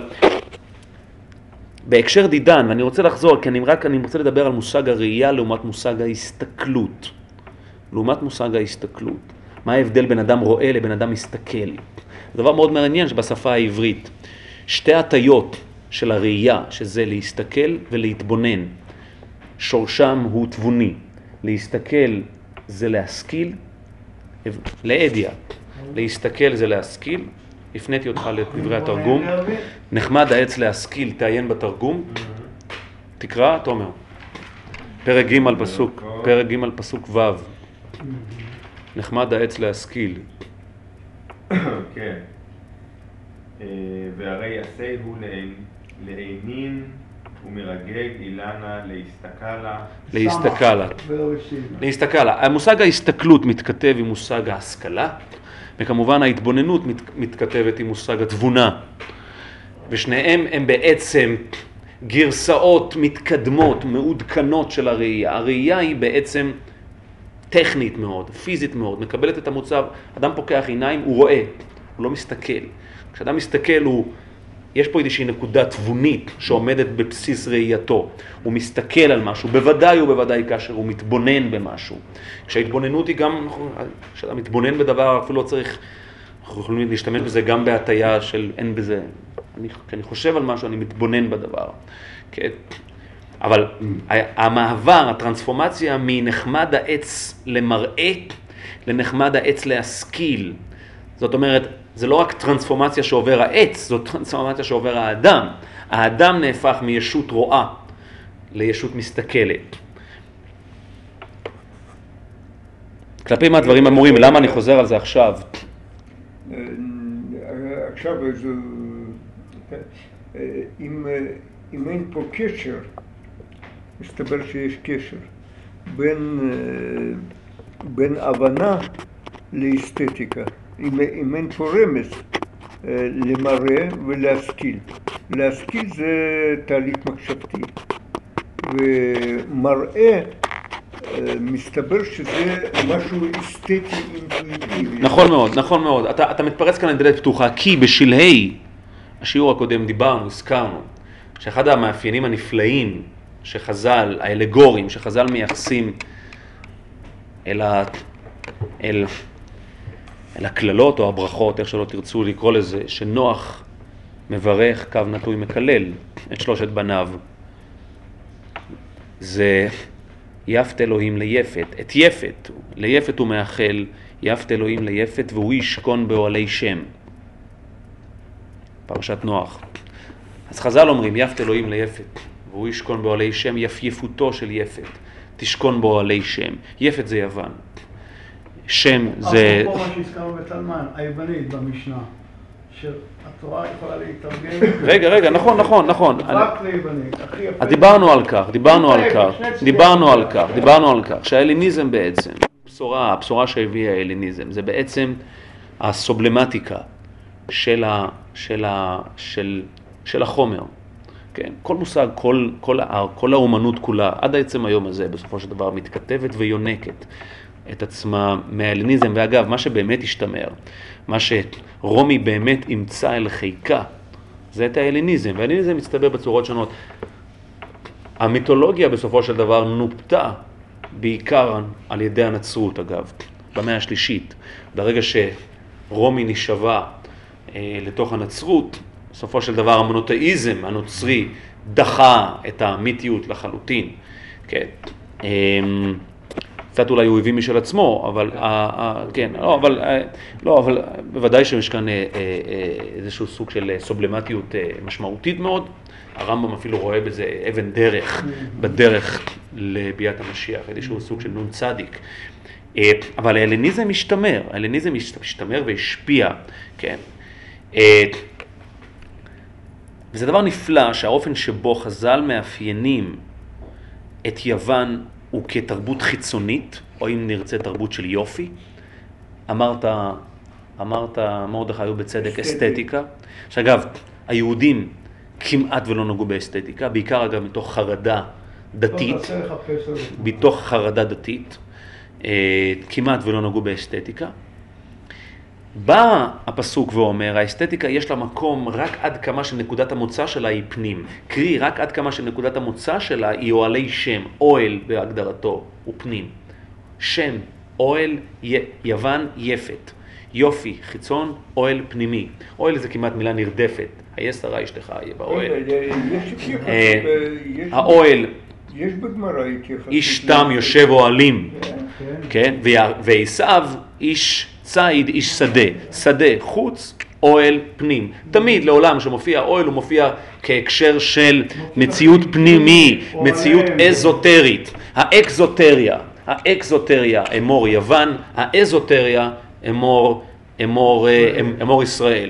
בהקשר דידן, ואני רוצה לחזור, כי אני רוצה לדבר על מושג הראייה לעומת מושג ההסתכלות. לעומת מושג ההסתכלות. מה ההבדל בין אדם רואה לבין אדם מסתכל? זה דבר מאוד מעניין שבשפה העברית, שתי הטיות של הראייה, שזה להסתכל ולהתבונן, שורשם הוא תבוני. להסתכל זה להשכיל, לאדיה. להסתכל זה להשכיל. הפניתי אותך לדברי התרגום. נחמד העץ להשכיל, תעיין בתרגום. תקרא, תומר. פרק ג' פסוק ו'. נחמד העץ להשכיל. כן. והרי יעשה הוא לעינין ומרגג אילנה להסתכלה. המושג ההסתכלות מתכתב עם מושג ההשכלה, וכמובן ההתבוננות מתכתבת עם מושג התבונה. ושניהם הם בעצם גרסאות מתקדמות, מעודכנות של הראייה. הראייה היא בעצם טכנית מאוד, פיזית מאוד, מקבלת את המוצב. אדם פוקח עיניים, הוא רואה, הוא לא מסתכל. כשאדם מסתכל הוא יש פה איזושהי נקודה תבונית שעומדת בבסיס ראייתו. הוא מסתכל על משהו, בוודאי ובוודאי כאשר הוא מתבונן במשהו. כשההתבוננות היא גם, כשאתה מתבונן בדבר, אפילו לא צריך, אנחנו יכולים להשתמש בזה גם בהטיה של אין בזה. כשאני חושב על משהו, אני מתבונן בדבר. כן? אבל המעבר, הטרנספורמציה מנחמד העץ למראה, לנחמד העץ להשכיל. זאת אומרת, זה לא רק טרנספורמציה שעובר העץ, זאת טרנספורמציה שעובר האדם. האדם נהפך מישות רואה לישות מסתכלת. כלפי מה הדברים אמורים, ולמה אני חוזר על זה עכשיו? עכשיו, אם אין פה קשר, מסתבר שיש קשר בין הבנה לאסתטיקה. אם אין פה רמז למראה ולהשכיל. להשכיל זה תהליך מחשבתי. ומראה, מסתבר שזה משהו אסתטי אינטואיטיבי. נכון מאוד, נכון מאוד. אתה מתפרץ כאן לדלת פתוחה, כי בשלהי השיעור הקודם דיברנו, הזכרנו, שאחד המאפיינים הנפלאים שחז"ל, האלגורים, שחז"ל מייחסים אל הכללות או הברכות, איך שלא תרצו לקרוא לזה, שנוח מברך קו נטוי מקלל את שלושת בניו. זה יפת אלוהים ליפת, את יפת, ליפת הוא מאחל, יפת אלוהים ליפת והוא ישכון באוהלי שם. פרשת נוח. אז חז"ל אומרים יפת אלוהים ליפת והוא ישכון באוהלי שם, יפייפותו של יפת, תשכון באוהלי שם. יפת זה יוון. שם זה... אפרופו מה שהזכרנו בתלמן, היוונית במשנה, שהתורה יכולה להתרגם... רגע, נכון. רק ליוונית, הכי יפה. אז דיברנו על כך, שההלניזם בעצם, הבשורה שהביאה ההלניזם, זה בעצם הסובלמטיקה של החומר. כן, כל מושג, כל האומנות כולה, עד העצם היום הזה, בסופו של דבר, מתכתבת ויונקת את עצמה מההלניזם. ואגב, מה שבאמת השתמר, מה שרומי באמת ימצא אל חיקה, זה את ההלניזם. וההלניזם מצטבר בצורות שונות. המיתולוגיה בסופו של דבר נופתה בעיקר על ידי הנצרות, אגב, במאה השלישית. ברגע שרומי נשבה לתוך הנצרות, בסופו של דבר המונותאיזם הנוצרי דחה את המיתיות לחלוטין. כן. קצת אולי הוא הביא משל עצמו, אבל כן, אבל בוודאי שיש כאן איזשהו סוג של סובלמטיות משמעותית מאוד. הרמב"ם אפילו רואה בזה אבן דרך, בדרך לביאת המשיח, איזשהו סוג של נון צדיק. אבל ההלניזם משתמר והשפיע, כן. וזה דבר נפלא שהאופן שבו חז"ל מאפיינים את יוון הוא כתרבות חיצונית, או אם נרצה תרבות של יופי. אמרת מרדכי היו בצדק אסתטיקה. שאגב, היהודים כמעט ולא נגעו באסתטיקה, בעיקר אגב מתוך חרדה דתית. כמעט ולא נגעו באסתטיקה. בא הפסוק ואומר, האסתטיקה יש לה מקום רק עד כמה שנקודת המוצא שלה היא פנים. קרי, רק עד כמה שנקודת המוצא שלה היא אוהלי שם, אוהל בהגדרתו, הוא פנים. שם, אוהל, יוון, יפת. יופי, חיצון, אוהל פנימי. אוהל זה כמעט מילה נרדפת. היסרה אשתך יהיה באוהל. האוהל, יש בגמרא התייחסות. איש תם יושב אוהלים. כן? ועשיו איש ציד, איש שדה. שדה חוץ, אוהל פנים. תמיד לעולם שמופיע אוהל הוא מופיע כהקשר של מציאות פנימי, מציאות אזוטרית. האקזוטריה אמור יוון, האזוטריה אמור ישראל.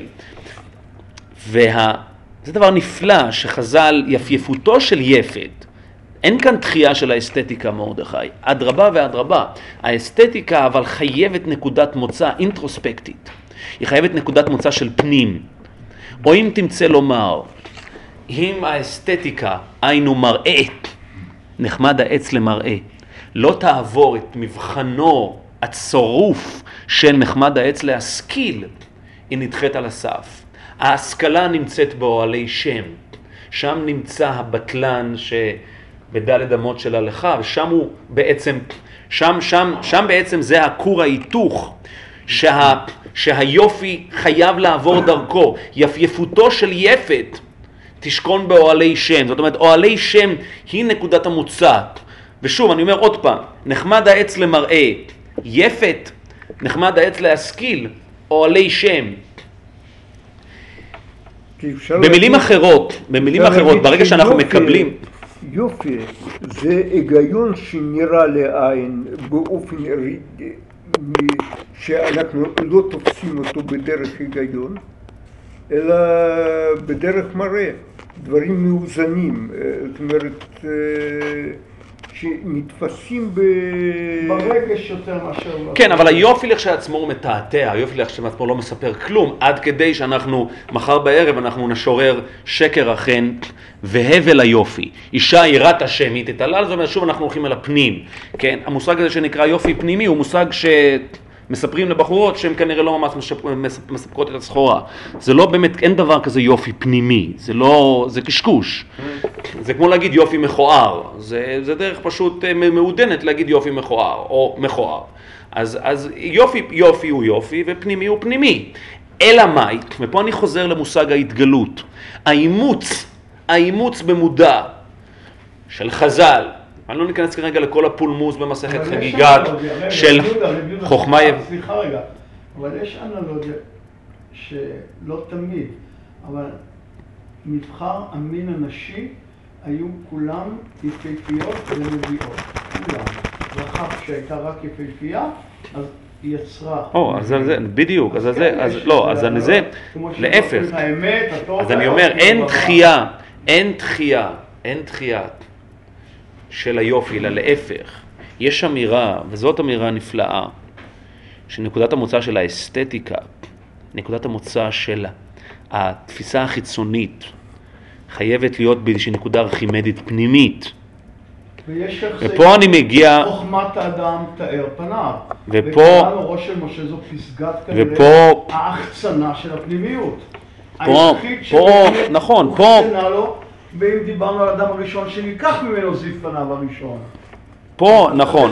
זה דבר נפלא שחז"ל יפייפותו של יפת. אין כאן דחייה של האסתטיקה מרדכי, אדרבה ואדרבה. האסתטיקה אבל חייבת נקודת מוצא אינטרוספקטית. היא חייבת נקודת מוצא של פנים. או אם תמצא לומר, אם האסתטיקה היינו מראה, נחמד העץ למראה, לא תעבור את מבחנו הצרוף של נחמד העץ להשכיל, היא נדחית על הסף. ההשכלה נמצאת באוהלי שם. שם נמצא הבטלן שבדלת אמות של ההלכה, ושם הוא בעצם, שם בעצם זה הכור ההיתוך, שהיופי חייב לעבור דרכו. יפייפותו של יפת תשכון באוהלי שם. זאת אומרת, אוהלי שם היא נקודת המוצא. ושוב, אני אומר עוד פעם, נחמד העץ למראה, יפת, נחמד העץ להשכיל, אוהלי שם. במילים אחרות, ברגע שאנחנו מקבלים... יופי, זה היגיון שנראה לעין באופן שאנחנו לא תופסים אותו בדרך היגיון, אלא בדרך מראה, דברים מאוזנים, זאת אומרת, שנתפסים ברגש יותר מאשר... כן, אבל היופי לכשעצמו הוא מתעתע, היופי לכשעצמו לא מספר כלום, עד כדי שאנחנו, מחר בערב אנחנו נשורר שקר אכן, והבל היופי. אישה יראת השם, היא תתעלל, זאת אומרת, שוב אנחנו הולכים אל הפנים, כן? המושג הזה שנקרא יופי פנימי הוא מושג מספרים לבחורות שהן כנראה לא ממש מספקות את הסחורה. זה לא באמת, אין דבר כזה יופי פנימי, זה לא, זה קשקוש. זה כמו להגיד יופי מכוער, זה דרך פשוט מעודנת להגיד יופי מכוער, או מכוער. אז יופי הוא יופי ופנימי הוא פנימי. אלא מאי, ופה אני חוזר למושג ההתגלות, האימוץ במודע של חז"ל, אני לא ניכנס כרגע לכל הפולמוס במסכת חגיגת של חוכמה... סליחה רגע, אבל יש אנלוגיה שלא תמיד, אבל נבחר המין הנשי היו כולם יפהפיות ונביאות, כולם. ואחר שהייתה רק יפהפייה, אז היא יצרה. אז זה, בדיוק, אז זה, להפך. אז אני אומר, אין דחייה של היופי, אלא להפך. יש אמירה, וזאת אמירה נפלאה, שנקודת המוצא של האסתטיקה, נקודת המוצא של התפיסה החיצונית, חייבת להיות באיזושהי נקודה ארכימדית פנימית. ופה אני מגיע... חוכמת האדם תאר פניו. ופה... וכולנו ראש של משה זו פסגת כנראה ההחצנה של הפנימיות. נכון, פה... ואם דיברנו על האדם הראשון שניקח ממנו זיו פניו הראשון. פה, נכון,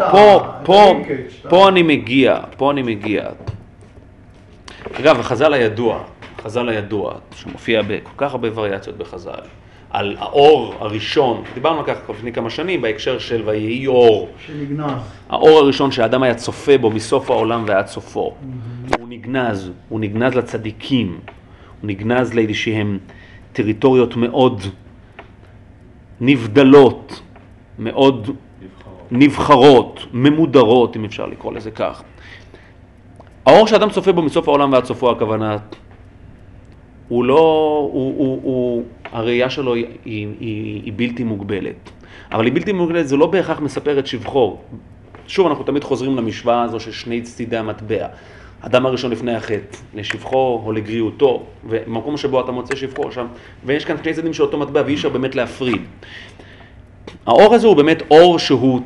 פה אני מגיע. אגב, החז"ל הידוע, שמופיע בכל כך הרבה וריאציות בחז"ל, על האור הראשון, דיברנו על כך לפני כמה שנים בהקשר של ויהי אור. שנגנז. האור הראשון שהאדם היה צופה בו מסוף העולם ועד סופו. הוא נגנז לצדיקים, הוא נגנז לאיזשהם טריטוריות מאוד נבדלות, מאוד נבחרות, ממודרות, אם אפשר לקרוא לזה כך. האור שאדם צופה בו מסוף העולם ועד סופו, הכוונה, הוא לא, הראייה שלו היא בלתי מוגבלת. אבל היא בלתי מוגבלת, זה לא בהכרח מספר את שבחו. שוב, אנחנו תמיד חוזרים למשוואה הזו של שני צדידי המטבע. האדם הראשון לפני החטא, לשבחו או לגריעותו, ומקום שבו אתה מוצא שבחו שם, ויש כאן שני צדדים של אותו מטבע, ואי אפשר באמת להפריד. האור הזה הוא באמת אור שהוא,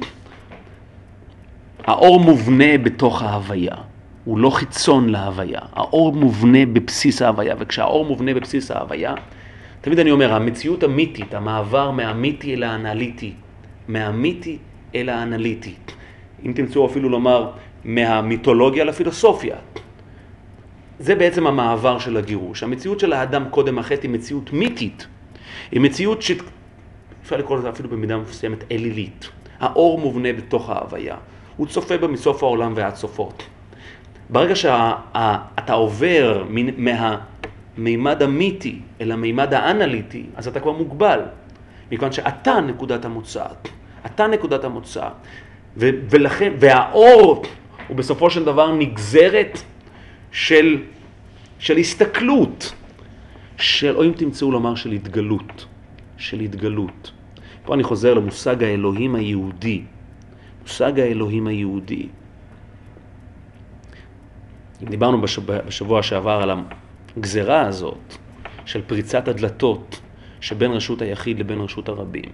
האור מובנה בתוך ההוויה, הוא לא חיצון להוויה, האור מובנה בבסיס ההוויה, וכשהאור מובנה בבסיס ההוויה, תמיד אני אומר, המציאות המיתית, המעבר מהמיתי אל האנליטי, מהמיתי אל האנליטי, אם תמצאו אפילו לומר, מהמיתולוגיה לפילוסופיה. זה בעצם המעבר של הגירוש. המציאות של האדם קודם החטא היא מציאות מיתית. היא מציאות אפשר לקרוא לזה אפילו במידה מסוימת אלילית. האור מובנה בתוך ההוויה. הוא צופה בה מסוף העולם ועד סופו. ברגע שאתה עובר מהמימד המיתי אל המימד האנליטי, אז אתה כבר מוגבל. מכיוון שאתה נקודת המוצא. אתה נקודת המוצא. ולכן, והאור הוא בסופו של דבר נגזרת של הסתכלות, או אם תמצאו לומר של התגלות. פה אני חוזר למושג האלוהים היהודי. מושג האלוהים היהודי. דיברנו בשבוע שעבר על הגזרה הזאת של פריצת הדלתות שבין רשות היחיד לבין רשות הרבים.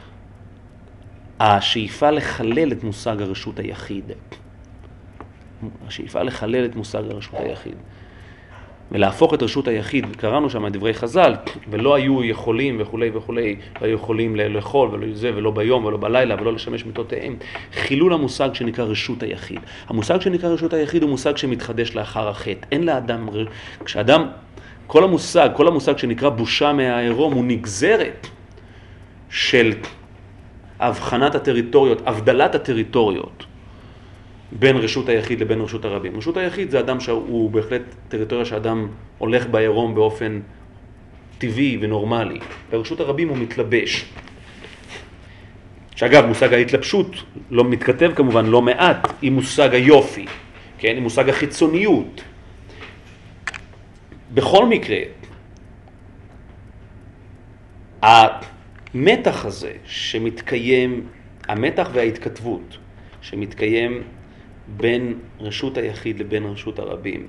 השאיפה לחלל את מושג הרשות היחיד. ולהפוך את רשות היחיד, קראנו שם דברי חז"ל, ולא היו יכולים וכולי וכולי, לא היו יכולים לאכול ולא זה, ולא ביום ולא בלילה, ולא לשמש מיטותיהם. חילול המושג שנקרא רשות היחיד. המושג שנקרא רשות היחיד הוא מושג שמתחדש לאחר החטא. אין לאדם, כשאדם, כל המושג שנקרא בושה מהעירום הוא נגזרת של הבחנת הטריטוריות, הבדלת הטריטוריות. בין רשות היחיד לבין רשות הרבים. רשות היחיד זה אדם שהוא בהחלט טריטוריה שאדם הולך בעירום באופן טבעי ונורמלי. ברשות הרבים הוא מתלבש. שאגב, מושג ההתלבשות לא מתכתב כמובן לא מעט עם מושג היופי, כן? עם מושג החיצוניות. בכל מקרה, המתח הזה שמתקיים, המתח וההתכתבות שמתקיים בין רשות היחיד לבין רשות הרבים,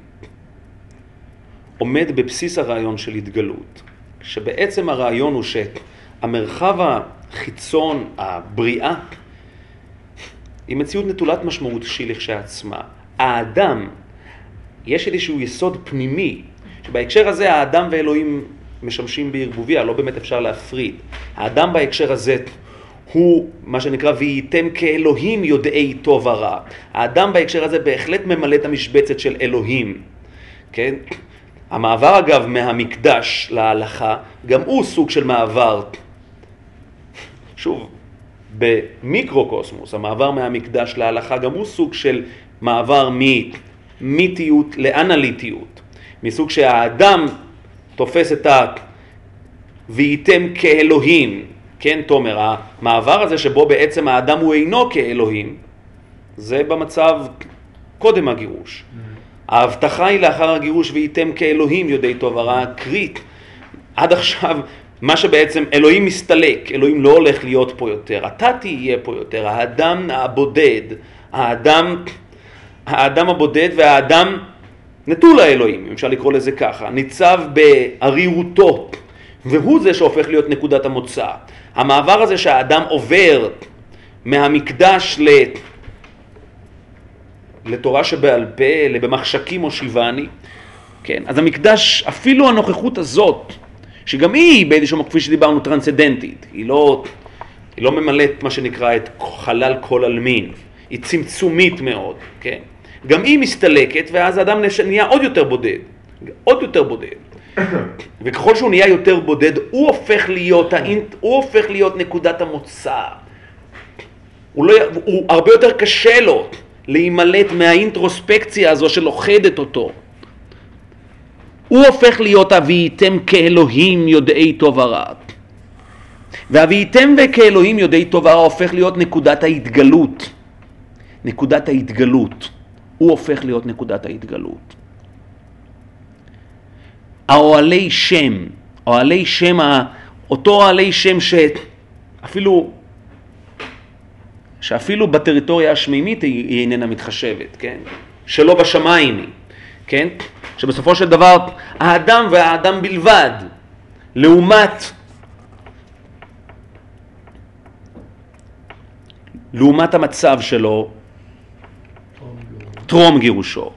עומד בבסיס הרעיון של התגלות, שבעצם הרעיון הוא שהמרחב החיצון, הבריאה, היא מציאות נטולת משמעות שהיא לכשעצמה. האדם, יש איזשהו יסוד פנימי, שבהקשר הזה האדם ואלוהים משמשים בערבוביה, לא באמת אפשר להפריד. האדם בהקשר הזה הוא מה שנקרא והייתם כאלוהים יודעי טוב ורע. האדם בהקשר הזה בהחלט ממלא את המשבצת של אלוהים. כן? המעבר אגב מהמקדש להלכה, גם הוא סוג של מעבר. שוב, במיקרוקוסמוס, המעבר מהמקדש להלכה גם הוא סוג של מעבר ממיתיות לאנליטיות. מסוג שהאדם תופס את והייתם כאלוהים. כן, תומר, המעבר הזה שבו בעצם האדם הוא אינו כאלוהים, זה במצב קודם הגירוש. ההבטחה היא לאחר הגירוש והייתם כאלוהים יודעי טוב ורע קרית. עד עכשיו, מה שבעצם אלוהים מסתלק, אלוהים לא הולך להיות פה יותר, אתה תהיה פה יותר, האדם הבודד, האדם הבודד והאדם נטול האלוהים, אם אפשר לקרוא לזה ככה, ניצב בערירותו, והוא זה שהופך להיות נקודת המוצא. המעבר הזה שהאדם עובר מהמקדש לתורה שבעל פה, לבמחשכים או שיבני, כן? אז המקדש, אפילו הנוכחות הזאת, שגם היא באיזשהו כפי שדיברנו טרנסדנטית, היא לא ממלאת מה שנקרא את חלל כל אלמין, היא צמצומית מאוד, כן? גם היא מסתלקת ואז האדם נהיה עוד יותר בודד. וככל שהוא נהיה יותר בודד, הוא הופך להיות נקודת המוצא. הוא הרבה יותר קשה לו להימלט מהאינטרוספקציה הזו שלוחדת אותו. הוא הופך להיות והייתם כאלוהים יודעי טוב ורע. והייתם וכאלוהים יודעי טוב ורע הופך להיות נקודת ההתגלות. נקודת ההתגלות. הוא הופך להיות נקודת ההתגלות. האוהלי שם, אותו אוהלי שם שאפילו בטריטוריה השמימית היא איננה מתחשבת, כן? שלא בשמיים היא, כן? שבסופו של דבר האדם והאדם בלבד, לעומת המצב שלו, טרום גירושו.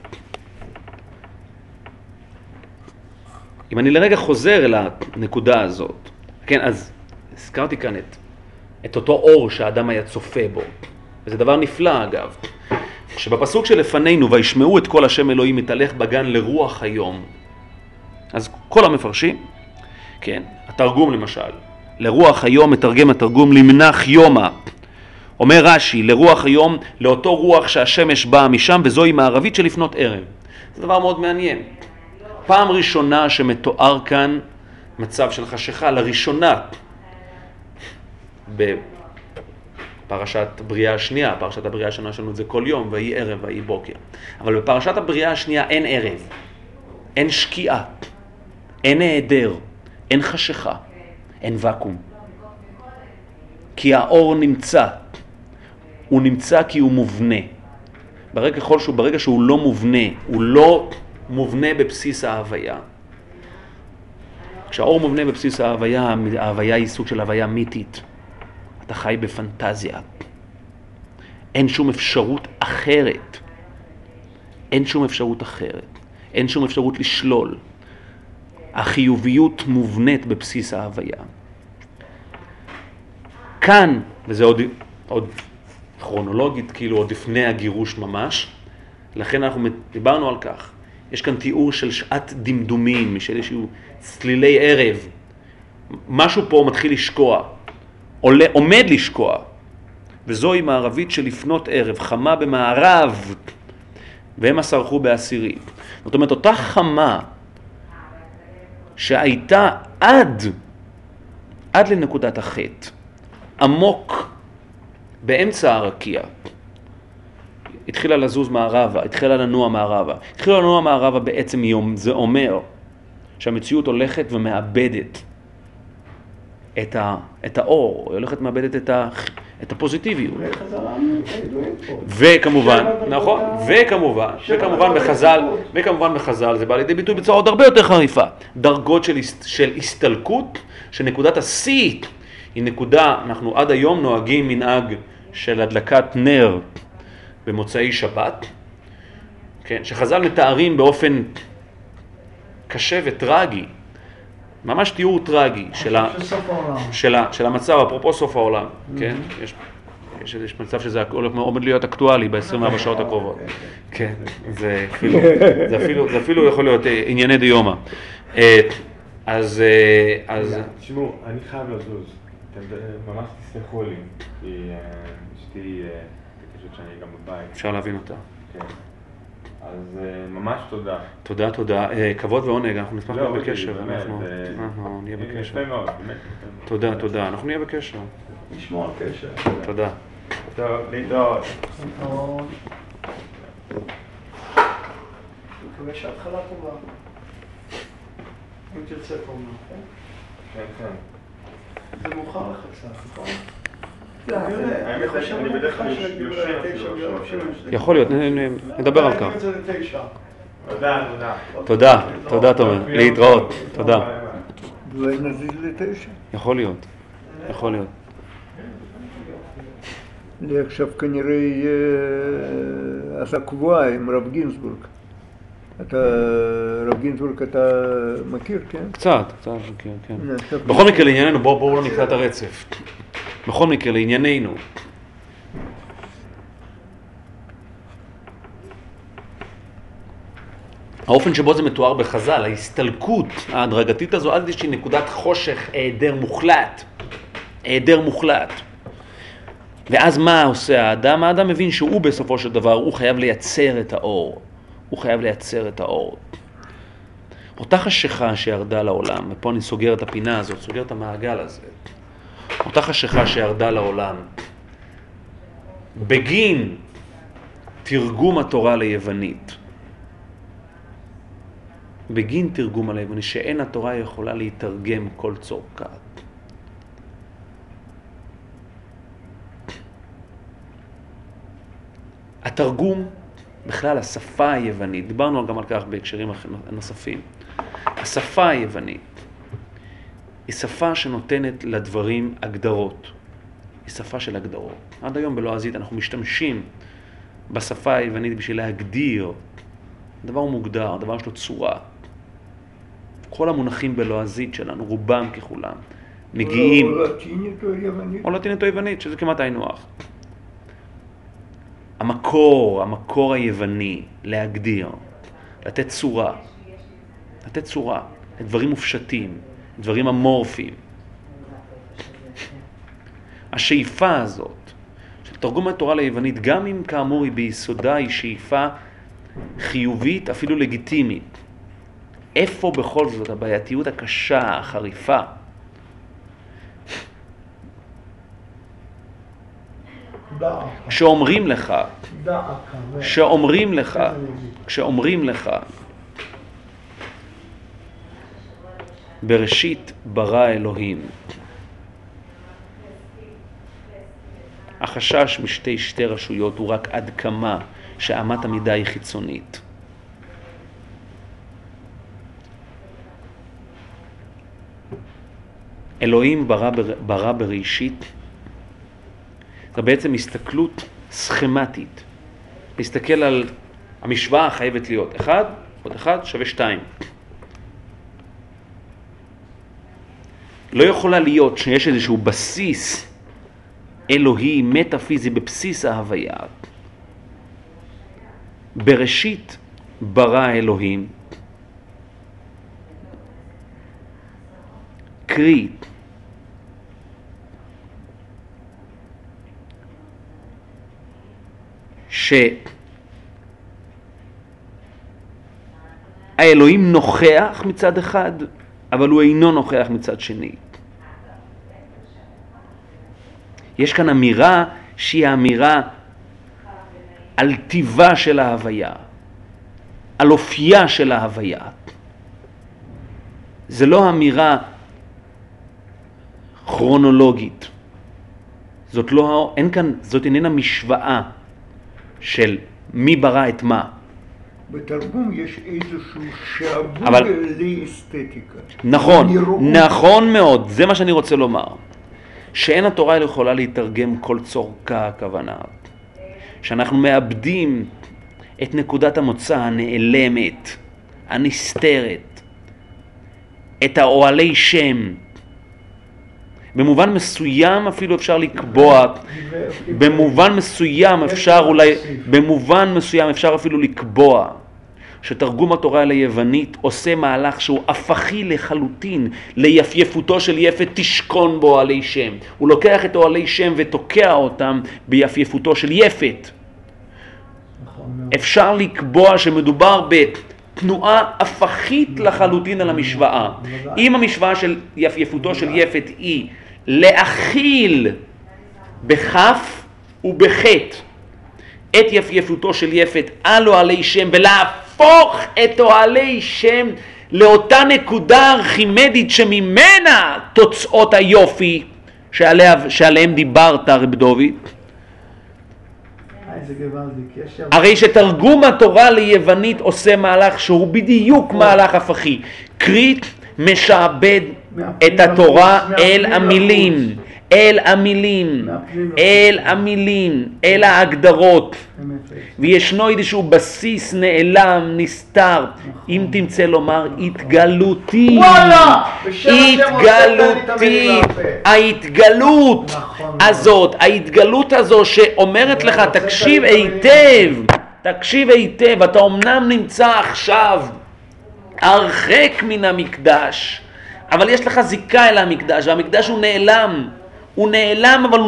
אם אני לרגע חוזר אל הנקודה הזאת, כן, אז הזכרתי כאן את אותו אור שהאדם היה צופה בו. וזה דבר נפלא אגב, שבפסוק שלפנינו, וישמעו את כל השם אלוהים מתהלך בגן לרוח היום. אז כל המפרשים, כן, התרגום למשל, לרוח היום מתרגם התרגום למנח יומא. אומר רש"י, לרוח היום, לאותו רוח שהשמש באה משם, וזוהי מערבית של לפנות ערב. זה דבר מאוד מעניין. פעם ראשונה שמתואר כאן מצב של חשיכה, לראשונה בפרשת בריאה השנייה, פרשת הבריאה השנייה שלנו את זה כל יום, והיא ערב והיא בוקר. אבל בפרשת הבריאה השנייה אין ערב, אין שקיעה, אין העדר, אין חשיכה, אין וקום. כי האור נמצא, הוא נמצא כי הוא מובנה. ברגע שהוא לא מובנה, הוא לא מובנה בבסיס ההוויה. כשהאור מובנה בבסיס ההוויה, ההוויה היא סוג של הוויה מיתית. אתה חי בפנטזיה. אין שום אפשרות אחרת. אין שום אפשרות לשלול. החיוביות מובנית בבסיס ההוויה. כאן, וזה עוד כרונולוגית, כאילו עוד לפני הגירוש ממש, לכן אנחנו דיברנו על כך. יש כאן תיאור של שעת דמדומים, של איזשהו צלילי ערב. משהו פה מתחיל לשקוע, עומד לשקוע. וזוהי מערבית של לפנות ערב, חמה במערב, והם סרחו בעשירית. זאת אומרת, אותה חמה שהייתה עד לנקודת החטא, עמוק באמצע הרקיע, התחילה לזוז מערבה, התחילה לנוע מערבה. התחילה לנוע מערבה בעצם יום, זה אומר שהמציאות הולכת ומאבדת את האור, היא הולכת ומאבדת את הפוזיטיביות. וכמובן, נכון, וכמובן בחז"ל זה בא לידי ביטוי בצורה עוד הרבה יותר חריפה. דרגות של הסתלקות, שנקודת השיא היא נקודה, אנחנו עד היום נוהגים מנהג של הדלקת נר במוצאי שבת, כן, שחז"ל מתארים באופן קשה וטרגי, ממש תיאור טרגי של המצב, אפרופו סוף העולם, כן? יש מצב שזה עומד להיות אקטואלי ב-24 שעות הקרובות. כן, זה אפילו יכול להיות ענייני דיומא. אז... תשמעו, אני חייב לזוז. אתם ממש תסלחו לי, כי אשתי תקשת שאני גם בבית. אפשר להבין אותה. כן. אז ממש תודה. תודה. כבוד ועונג, אנחנו נשמח להיות בקשר. אנחנו נהיה בקשר. יפה מאוד, באמת. תודה. אנחנו נהיה בקשר. נשמור על קשר. תודה. טוב, להתראות. מקווה שההתחלה טובה. אם תרצה פה נכון? כן. זה מאוחר לך קצת, נכון? אני בדרך כלל יושב. יכול להיות, נדבר על כך. תודה תומר, להתראות, תודה. אולי נזיז ל9? יכול להיות. לי עכשיו כנראה יהיה עשה קבועה עם רב גינזבורג. רב גינזבורג אתה מכיר, כן? קצת, כן. בכל מקרה לענייננו, בואו לא נקטע את הרצף. בכל מקרה לענייננו. האופן שבו זה מתואר בחז"ל, ההסתלקות ההדרגתית הזו, עד איזושהי נקודת חושך, היעדר מוחלט. ואז מה עושה האדם? האדם מבין שהוא בסופו של דבר, הוא חייב לייצר את האור. אותה חשיכה שירדה לעולם, ופה אני סוגר את הפינה הזאת, סוגר את המעגל הזה, אותה חשיכה שירדה לעולם, בגין תרגום התורה ליוונית, שאין התורה יכולה להתרגם כל צורכת. התרגום, בכלל השפה היוונית, דיברנו גם על כך בהקשרים נוספים, השפה היוונית היא שפה שנותנת לדברים הגדרות, היא שפה של הגדרות. עד היום בלועזית אנחנו משתמשים בשפה היוונית בשביל להגדיר, הדבר הוא מוגדר, הדבר יש לו צורה. כל המונחים בלועזית שלנו, רובם ככולם, מגיעים... או לטינית או יוונית, שזה כמעט היינו הך. המקור היווני להגדיר, לתת צורה, לדברים מופשטים, דברים אמורפיים. השאיפה הזאת, של תרגום התורה ליוונית, גם אם כאמור היא ביסודה, היא שאיפה חיובית, אפילו לגיטימית. איפה בכל זאת הבעייתיות הקשה, החריפה? כשאומרים לך, בראשית ברא אלוהים, החשש משתי רשויות הוא רק עד כמה שאמת המידה היא חיצונית. אלוהים ברא בראשית, זה בעצם הסתכלות סכמטית. להסתכל על המשוואה חייבת להיות 1 + 1 = 2. לא יכולה להיות שיש איזשהו בסיס אלוהי, מטאפיזי, בבסיס ההוויה. בראשית ברא אלוהים, קרי, שהאלוהים נוכח מצד אחד, אבל הוא אינו נוכח מצד שני. יש כאן אמירה שהיא האמירה על טיבה של ההוויה, על אופייה של ההוויה. זה לא אמירה כרונולוגית. זאת איננה משוואה של מי ברא את מה. בתרגום יש איזשהו שעבוד לאסתטיקה. נכון מאוד, זה מה שאני רוצה לומר. שאין התורה יכולה להתרגם כל צורכה הכוונה. שאנחנו מאבדים את נקודת המוצא הנעלמת, הנסתרת, את האוהלי שם. במובן מסוים אפילו אפשר לקבוע, במובן מסוים אפשר אפילו לקבוע שתרגום התורה ליוונית עושה מהלך שהוא הפכי לחלוטין ליפייפותו של יפת תשכון באוהלי שם. הוא לוקח את אוהלי שם ותוקע אותם ביפייפותו של יפת. אפשר לקבוע שמדובר בתנועה הפכית לחלוטין על המשוואה. אם המשוואה של יפייפותו של יפת היא להכיל בכף ובחטא את יפייפותו של יפת על אוהלי שם ולהפוך את אוהלי שם לאותה נקודה ארכימדית שממנה תוצאות היופי שעליהם דיברת רב דוד. הרי שתרגום התורה ליוונית עושה מהלך שהוא בדיוק מהלך הפכי. קרית משעבד את התורה אל המילים, אל ההגדרות, וישנו איזשהו בסיס נעלם, נסתר, אם תמצא לומר התגלותי, ההתגלות הזו שאומרת לך תקשיב היטב, אתה אומנם נמצא עכשיו הרחק מן המקדש, אבל יש לך זיקה אל המקדש, והמקדש הוא נעלם אבל הוא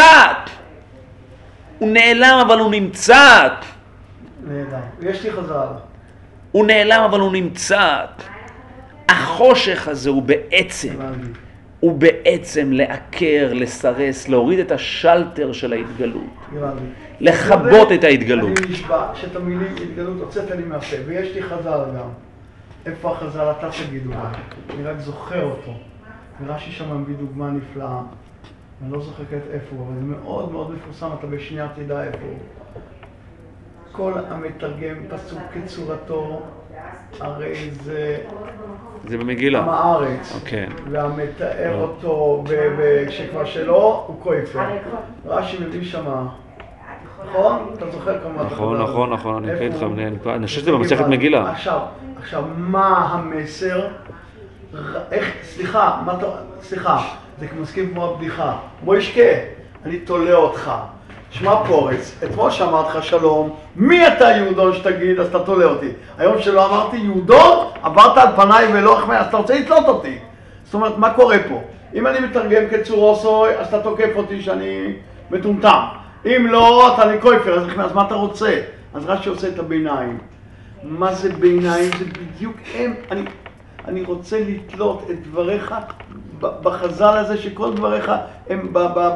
נמצא. יש לי חזרה. הוא נעלם אבל הוא נמצא. החושך הזה הוא בעצם לעקר, לסרס, להוריד את השלטר של ההתגלות. לכבות את ההתגלות. אני נשבע שאת המילים התגלות הוצאת לי מהפה, ויש לי חזרה גם. איפה החז"ל אתה תגידו לה? אני רק זוכר אותו. רש"י שם מביא דוגמה נפלאה. אני לא זוכר איפה הוא, אבל זה מאוד מאוד מפורסם, אתה בשנייה תדע איפה הוא. כל המתרגם פסוק כצורתו, הרי זה במגילה. עם הארץ. אוקיי. והמתאר אותו שכבר שלו הוא כויפר. רש"י מביא שם. נכון? אתה זוכר כמה... נכון, אני אקרא איתך, אני חושב שזה במסכת מגילה. עכשיו, מה המסר? סליחה, זה מסכים כמו הבדיחה. מוישקה, אני תולה אותך. שמע פורץ, אתמול שאמרת לך שלום, מי אתה יהודון שתגיד, אז אתה תולה אותי. היום שלא אמרתי יהודון, עברת על פניי ולא החמא, אז אתה רוצה לתלות אותי. זאת אומרת, מה קורה פה? אם אני מתרגם כצורוסוי, אז אתה תוקף אותי שאני מטומטם. אם לא, אתה לי כויפר, אז מה אתה רוצה? אז רש"י עושה את הביניים. מה זה ביניים? זה בדיוק הם. אני רוצה לתלות את דבריך בחז"ל הזה, שכל דבריך הם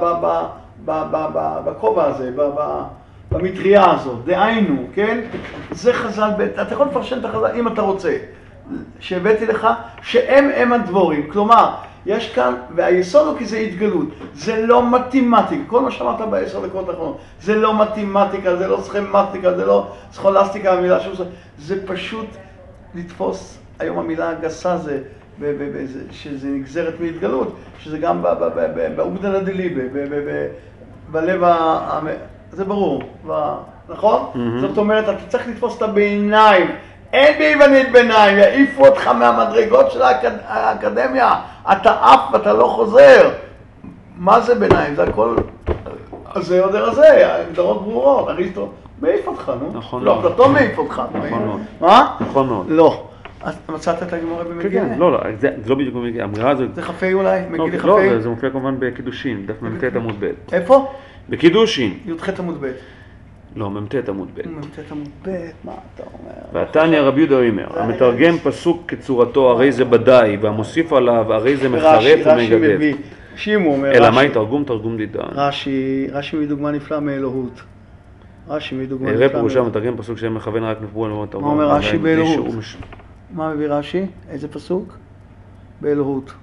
בכובע הזה, במטריה הזאת. דהיינו, כן? זה חז"ל, אתה יכול לפרשן את החז"ל אם אתה רוצה. שהבאתי לך שהם הדבורים. כלומר, יש כאן, והיסוד הוא כי זה התגלות, זה לא מתמטיקה, כל מה שאמרת ב10 דקות האחרונות, זה לא מתמטיקה, זה לא סכמטיקה, זה לא סכולסטיקה, המילה זה פשוט לתפוס, היום המילה הגסה זה, שזה נגזרת מהתגלות, שזה גם בעובדא דליבה, בלב, זה ברור, נכון? זאת אומרת, אתה צריך לתפוס את הביניים, אין ביוונית ביניים, יעיפו אותך מהמדרגות של האקדמיה, אתה עף ואתה לא חוזר. מה זה ביניים? זה הכל, זה עוד הזה, הגדרות ברורות, אריסטו מעיף אותך, נו. נכון. לא, אפלטון מעיף אותך. נכון מאוד. מה? נכון מאוד. לא. אז מצאת את הגמרא במגילה? כן, לא, זה לא בדיוק במגילה, האמירה הזאת... זה חפי אולי? מגילה חפי? לא, זה מופיע כמובן בקידושין, דף מ"ט עמוד ב'. איפה? בקידושין. י"ח עמוד ב'. לא, מ"ט עמוד ב'. מ"ט עמוד ב', מה אתה אומר? והתניא רבי יהודה אומר, המתרגם פסוק כצורתו הרי זה בדאי, והמוסיף עליו הרי זה מחרף ומגדף. שימו אומר אלא מה היא תרגום? תרגום דידן. רש"י מביא דוגמה נפלאה מאלוהות. רש"י מביא דוגמה נפלאה הרי פירושה מתרגם פסוק שהם מכוון רק נפבו על תרגום. מה אומר רש"י באלוהות? מה מביא רש"י? איזה פסוק? באלוהות.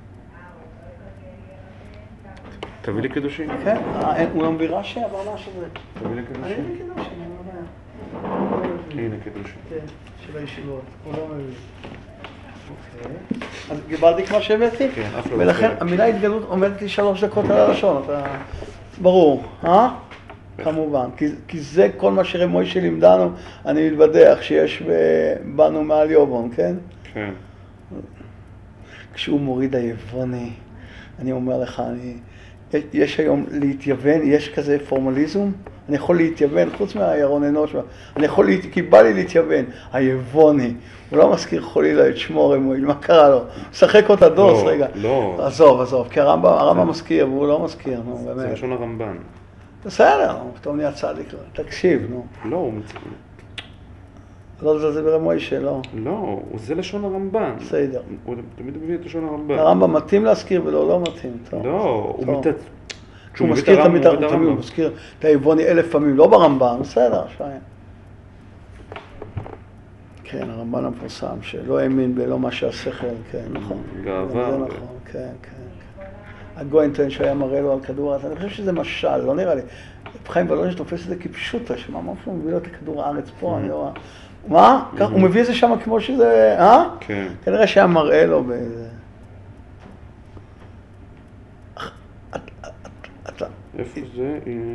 תביא לי קידושין. כן, הוא לא מביא רש"י, אבל מה שזה? תביא לי אני קידושין. מביא קידושין, אני לא יודע. הנה קידושין. כן, של הישיבות, הוא לא מביא. אוקיי. אז קיבלתי כמו שהבאתי? כן, אף לא. ולכן המילה התגלות עומדת לי 3 דקות על הלשון, אתה... ברור, אה? כמובן, כי זה כל מה שרב מוישה לימדנו, אני מתבדח שיש בנו מעל יובון, כן? כן. כשהוא מוריד היווני, אני אומר לך, יש היום להתייוון, יש כזה פורמליזם, אני יכול להתייוון, חוץ מהירון אנוש, אני יכול, כי בא לי להתייוון, היווני, הוא לא מזכיר חלילה את שמו רב מוישה, מה קרה לו? משחק אותה דוס, רגע. לא. עזוב, כי הרמב"ם מזכיר, והוא לא מזכיר, נו, באמת. זה לשון הרמב"ן. בסדר, פתאום נהיה צדיק, תקשיב, נו. לא, הוא... לא לזלזל ברב מוישה, לא. לא, זה לשון הרמב"ן. בסדר. הוא תמיד מביא את לשון הרמב"ן. הרמב"ם מתאים להזכיר ולא, לא מתאים. לא, הוא מתת... הוא מזכיר תמיד, הוא מזכיר את היבוני 1000 פעמים, לא ברמב"ן, בסדר, שיים. כן, הרמב"ן המפורסם, שלא האמין בלא מה שהשכל, כן, נכון. גאווה. זה נכון, כן. הגויין טוען שהיה מראה לו על כדור הארץ, אני חושב שזה משל, לא נראה לי. חיים ולונש תופס את זה כפשוטה, שמה הוא מביא לו את כדור הארץ פה, אני לא... מה? הוא מביא את זה שם כמו שזה, אה? כן. כנראה שהיה מראה לו באיזה... איפה זה?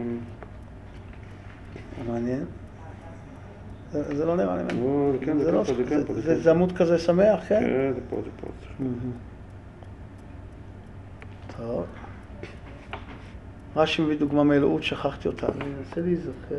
מעניין. זה לא נראה לי. כן, זה כן פה. זה עמוד כזה שמח, כן? כן, זה פה. טוב. רש"י מביא דוגמה מאלוהות, שכחתי אותה. אני אנסה להיזכר.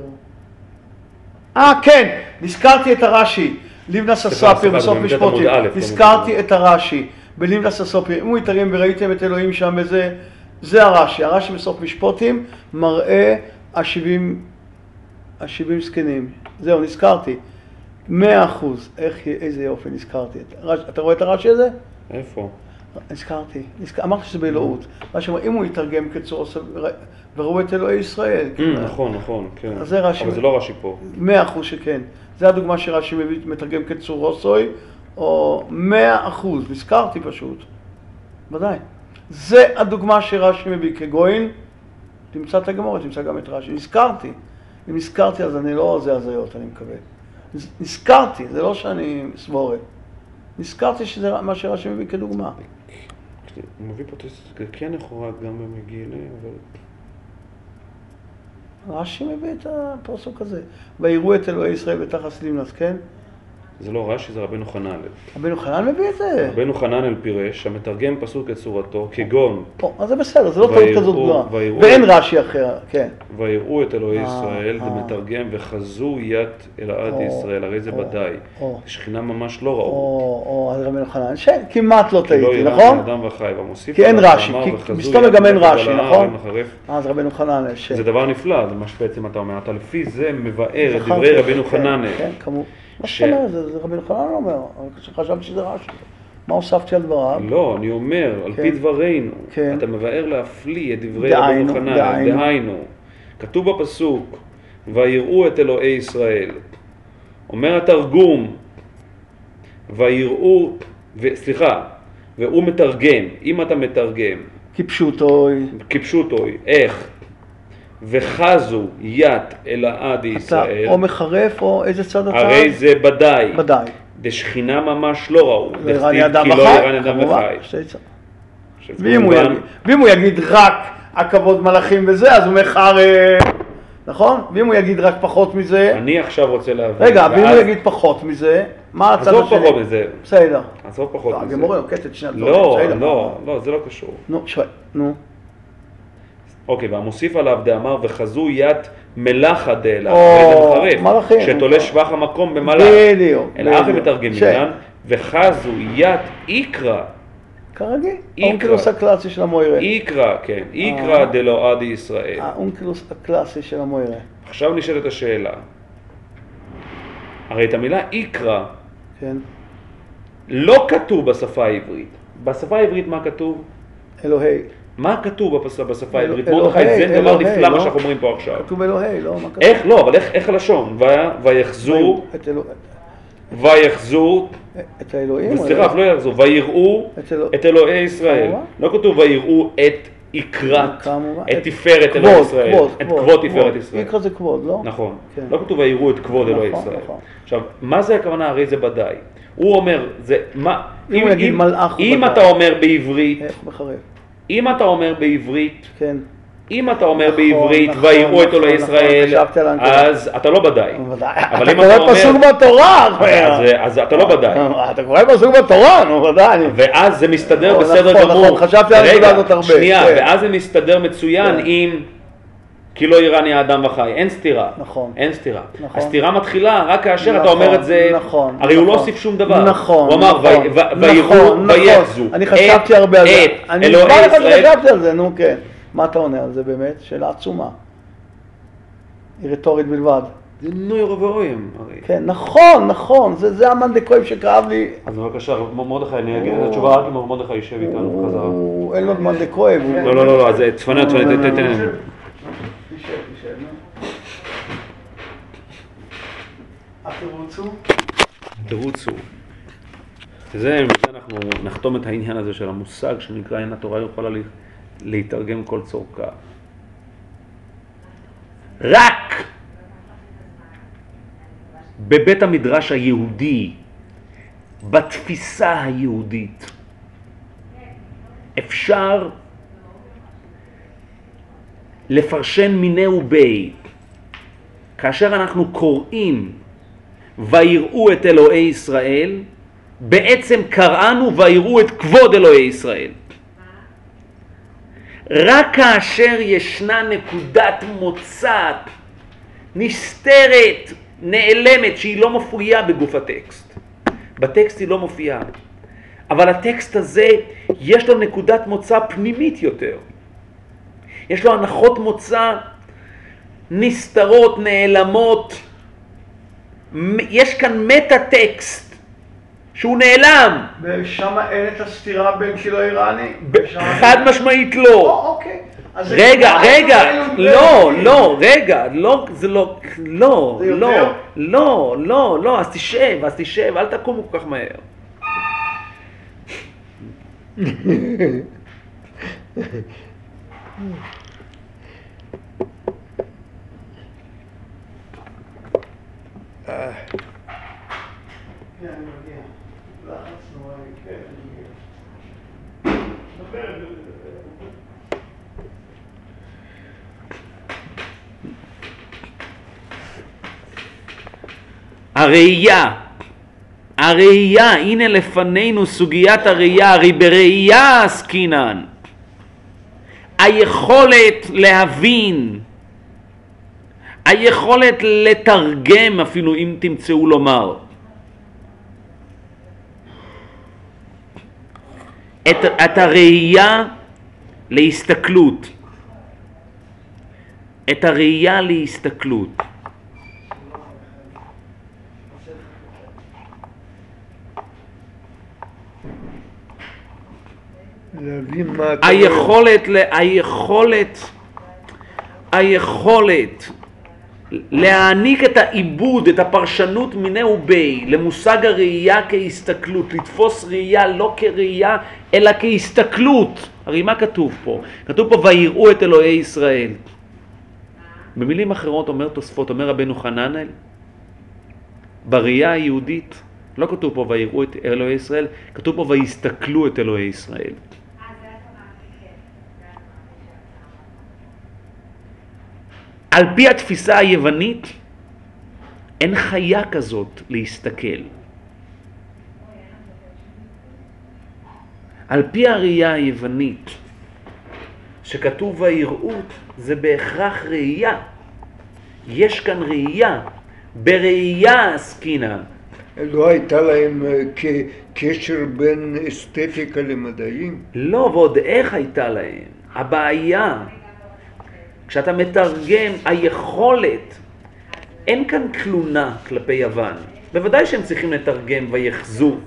כן! נזכרתי את הרש"י. ליבנה ססופיר בסוף משפוטים. נזכרתי את הרש"י בליבנה ססופיר. אם הוא יתרגם וראיתם את אלוהים שם וזה, זה הרש"י. הרש"י בסוף משפוטים מראה ה-70 זקנים. זהו, נזכרתי. 100%. איזה יופי נזכרתי. אתה רואה את הרש"י הזה? איפה? נזכרתי. אמרתי שזה באלוהות. אם הוא יתרגם כצור וראו את אלוהי ישראל. נכון, כן. אבל זה לא רש"י פה. 100% שכן. זה הדוגמה שרש"י מתרגם כצור רוסוי, או 100%. נזכרתי פשוט. ודאי. זה הדוגמה שרש"י מביא כגויין. תמצא את הגמרא, תמצא גם את רש"י. נזכרתי. אם נזכרתי אז אני לא עושה הזיות, אני מקווה. נזכרתי, זה לא שאני סבורת. נזכרתי שזה מה שרש"י מביא כדוגמה. הוא מביא פה כן לכאורה גם במגילה, אבל... רש"י מביא את הפסוק הזה. ויראו את אלוהי ישראל בתחת לימנס, כן? זה לא רש"י, זה רבנו חננאל. רבנו חננאל מביא את זה? רבנו חננאל פירש, המתרגם פסוק כצורתו, כגון... אז זה בסדר, זה לא טעות כזאת גדולה. ואין רש"י אחר, כן. ויראו את אלוהי ישראל, זה מתרגם, וחזו יד אלעד ישראל, הרי זה ודאי. שכינה ממש לא ראו. אז רבנו חננאל, כמעט לא טעיתי, נכון? כי לא אדם וחי, כי אין רש"י, כי מסתובב גם אין רש"י, נכון? אז רבנו חננאל, זה דבר נפלא, זה מה שבעצם אתה אומר, אתה לפי זה מבאר את דברי רבנו חננאל. מה זאת אומרת? זה רבי חננאל אומר, חשבתי שזה רש"י. מה הוספתי על דבריו? לא, אני אומר, על פי דברינו, אתה מבאר להפליא את דברי רבנו חננאל, דהיינו, כתוב בפסוק, ויראו את אלוהי ישראל. אומר התרגום, ויראו, והוא מתרגם, אם אתה מתרגם. כפשוטוי, איך? וחזו יד אלעד ישראל. אתה או מחרף או איזה צד אתה? הרי זה בדאי. בדאי. דשכינה ממש לא ראו. וירן אדם וחי. כי לא ירן אדם וחי. ואם הוא יגיד רק הכבוד מלאכים וזה, אז הוא מחרף. נכון? ואם הוא יגיד רק פחות מזה... אני עכשיו רוצה להבין. רגע, ואם הוא יגיד פחות מזה, מה הצד השני? עזוב פחות מזה. בסדר. עזוב פחות מזה. הגמורה נוקטת שני הדברים. לא, זה לא קשור. נו. אוקיי, והמוסיף עליו דאמר וחזו יד מלאכה דאלה, מלאכים. שתולה שבח המקום במלאך. בדיוק. אלא אחרי מתרגמים כאן, וחזו יד איקרא. כרגיל, האונקלוס הקלאסי של המוירה. איקרא, כן, איקרא דלא עדי ישראל. האונקלוס הקלאסי של המוירה. עכשיו נשאלת השאלה, הרי את המילה איקרא, כן. לא כתוב בשפה העברית. בשפה העברית מה כתוב? אלוהי. מה כתוב בשפה העברית? מרדכי, זה דבר נפלא מה שאנחנו אומרים פה עכשיו. כתוב אלוהי, לא? מה כתוב? איך? לא, אבל איך הלשון? ויחזו, את האלוהים? סליחה, לא יחזו, ויראו את אלוהי ישראל. לא כתוב ויראו את יקרת, את תפארת אלוהי ישראל. את כבוד תפארת ישראל. יקרא זה כבוד, לא? נכון. לא כתוב ויראו את כבוד אלוהי ישראל. עכשיו, מה זה הכוונה? הרי זה ודאי. הוא אומר, אם הוא יגיד מלאך, אם אתה אומר בעברית, איך מחרב? אם אתה אומר בעברית, כן. אם אתה אומר בעברית ויראו את אלוהי ישראל, אז אתה לא ודאי. אבל אם אתה קורא פסוק בתורה, אז אתה לא ודאי. אתה קורא פסוק בתורה, נו ודאי. ואז זה מסתדר בסדר גמור. נכון, חשבתי על הנקודה הזאת הרבה. שנייה, ואז זה מסתדר מצוין עם כי לא יראני האדם וחי. אין סתירה. נכון. אין סתירה. הסתירה מתחילה רק כאשר אתה אומר את זה, נכון. הרי הוא לא הוסיף שום דבר. נכון. הוא אמר ויראו ויחזו. אני חשבתי הרבה על זה. אני אלוהי ישראל. חשבתי על זה, נו כן. מה אתה עונה על זה באמת? שאלה עצומה. היא רטורית בלבד. זה נוירו ואוים, הרי. כן, נכון. זה המנדקויים שכאב לי. אז בבקשה, מרדכי, אני אגיד את התשובה רק אם מרדכי יישב איתנו בחזרה. אין לו מנדקויים. לא, אז צפנה, תן. תרוצו. זה אנחנו נחתום את העניין הזה של המושג שנקרא אין התורה יכולה להתרגם כל צורכה. רק בבית המדרש היהודי, בתפיסה היהודית, אפשר לפרשן מינהו בי, כאשר אנחנו קוראים ויראו את אלוהי ישראל, בעצם קראנו ויראו את כבוד אלוהי ישראל. רק כאשר ישנה נקודת מוצא נסתרת, נעלמת, שהיא לא מופיעה בגוף הטקסט. בטקסט היא לא מופיעה. אבל הטקסט הזה יש לו נקודת מוצא פנימית יותר. יש לו הנחות מוצא נסתרות, נעלמות. יש כאן מטה-טקסט שהוא נעלם. ושם אין את הסתירה בין כי לא איראני? חד משמעית לא. אוקיי. רגע, לא, אז תשב, אל תקום כל כך מהר. הראייה, הנה לפנינו סוגיית הראייה, הרי בראייה עסקינן. היכולת להבין, היכולת לתרגם אפילו אם תמצאו לומר. את הראייה להסתכלות. את הראייה להסתכלות. היכולת להעניק את העיבוד, את הפרשנות מינהו בי, למושג הראייה כהסתכלות, לתפוס ראייה לא כראייה אלא כהסתכלות. הרי מה כתוב פה? כתוב פה ויראו את אלוהי ישראל. במילים אחרות אומר תוספות, אומר רבנו חננאל, בראייה היהודית לא כתוב פה ויראו את אלוהי ישראל, כתוב פה ויסתכלו את אלוהי ישראל. על פי התפיסה היוונית, אין חיה כזאת להסתכל. על פי הראייה היוונית, שכתוב והיראות, זה בהכרח ראייה. יש כאן ראייה, בראייה עסקינן. לא הייתה להם קשר בין אסתטיקה למדעים? לא, ועוד איך הייתה להם. הבעיה, כשאתה מתרגם, היכולת, אין כאן תלונה כלפי יוון. בוודאי שהם צריכים לתרגם ויחזו.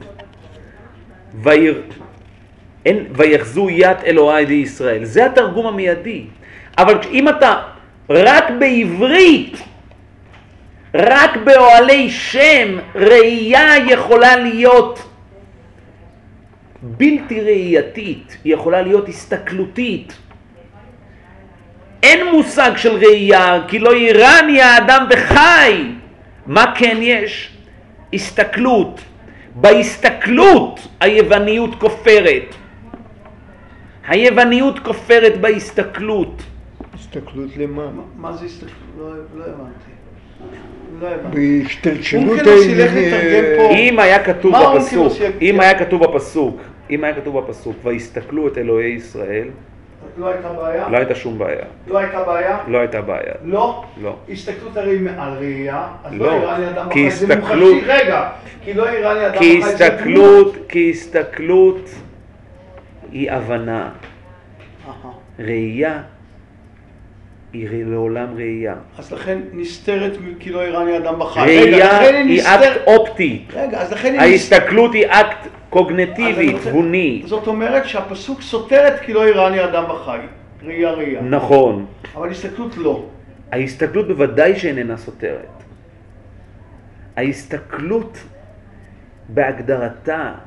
ויחזו יד אלוהי בישראל. זה התרגום המיידי. אבל אם אתה רק בעברית, רק באוהלי שם, ראייה יכולה להיות בלתי ראייתית, היא יכולה להיות הסתכלותית. אין מושג של ראייה, כי לא יראני האדם וחי. מה כן יש? הסתכלות. בהסתכלות היווניות כופרת. היווניות כופרת בהסתכלות. הסתכלות למה? מה זה הסתכלות? לא הבנתי. בהשתלשלות אם היה כתוב בפסוק, ויסתכלו את אלוהי ישראל, לא הייתה בעיה? לא הייתה שום בעיה. לא הייתה בעיה? לא הייתה בעיה. לא? לא. הסתכלות הרי על ראייה, אז לא. לא יראה לי אדם כי בחי, זה הסתכלות- מוחשי, רגע, כי לא יראה לי אדם בחי, זה כי הסתכלות היא הבנה. אהה. ראייה היא לעולם ראייה. אז לכן נסתרת כי לא יראה לי אדם בחי. ראייה היא אקט אופטי. רגע, אז לכן היא ההסתכלות היא אקט אז קוגניטיבי, אני רוצה- תבוני. זאת אומרת שהפסוק סותרת כי לא יראה לי אדם בחי. ראייה. נכון. אבל הסתכלות לא. ההסתכלות בוודאי שאיננה סותרת. ההסתכלות בהגדרתה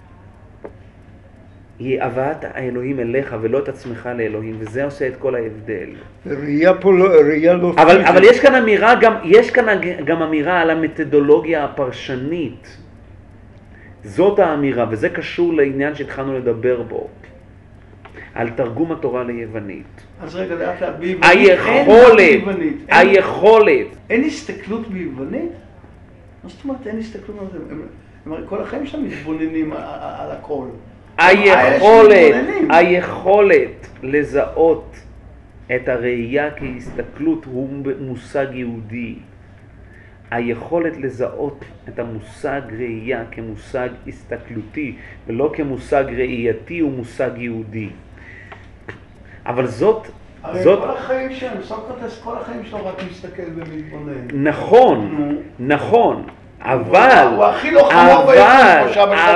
היא הבאת האלוהים אליך ולא את עצמך לאלוהים, וזה עושה את כל ההבדל. ראייה פה לא, ראייה לא אבל יש כאן אמירה, יש כאן גם אמירה על המתודולוגיה הפרשנית. זאת האמירה, וזה קשור לעניין שהתחלנו לדבר בו. על תרגום התורה ליוונית. אז רגע, לאט לאט, ביוונית. היכולת. אין הסתכלות ביוונית? מה זאת אומרת אין הסתכלות? הם הרי כל החיים שלהם מתבוננים על הכל. היכולת לזהות את הראייה כהסתכלות הוא מושג יהודי. היכולת לזהות את המושג ראייה כמושג הסתכלותי ולא כמושג ראייתי הוא מושג יהודי. אבל זאת... הרי כל החיים שלנו, סוקרטס כל החיים שלו רק מסתכל ומתבונן. נכון. אבל, הוא הכי לא חמור ביחד,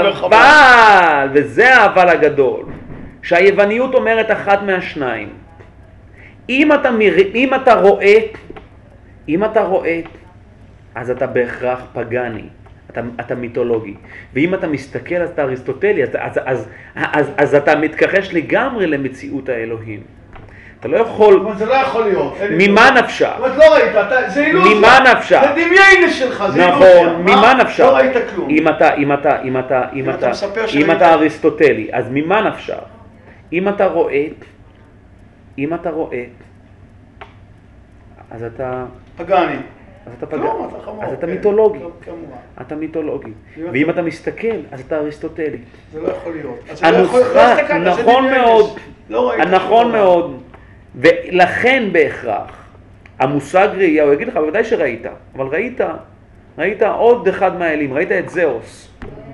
וזה האבל הגדול, שהיווניות אומרת אחת מהשניים. אם אתה רואה, אז אתה בהכרח פגני, אתה מיתולוגי. ואם אתה מסתכל, אז אתה אריסטוטלי, אז אתה מתכחש לגמרי למציאות האלוהים. אתה לא יכול... אבל זה לא יכול להיות. ממה נפשה? אבל לא ראית, זה אילוזיה. ממה נפשה? זה דמיין שלך, זה אילוזיה. נכון, ממה נפשה? לא ראית כלום. אם אתה אריסטוטלי, אז ממה נפשה? אם אתה רואה, אז אתה... פגני. אז אתה מיתולוגי. אתה מיתולוגי. ואם אתה מסתכל, אז אתה אריסטוטלי. זה לא יכול להיות. הנוסחה, נכון מאוד. ולכן בהכרח, המושג ראייה, הוא יגיד לך, בוודאי שראית, אבל ראית עוד אחד מהאלים, ראית את זאוס.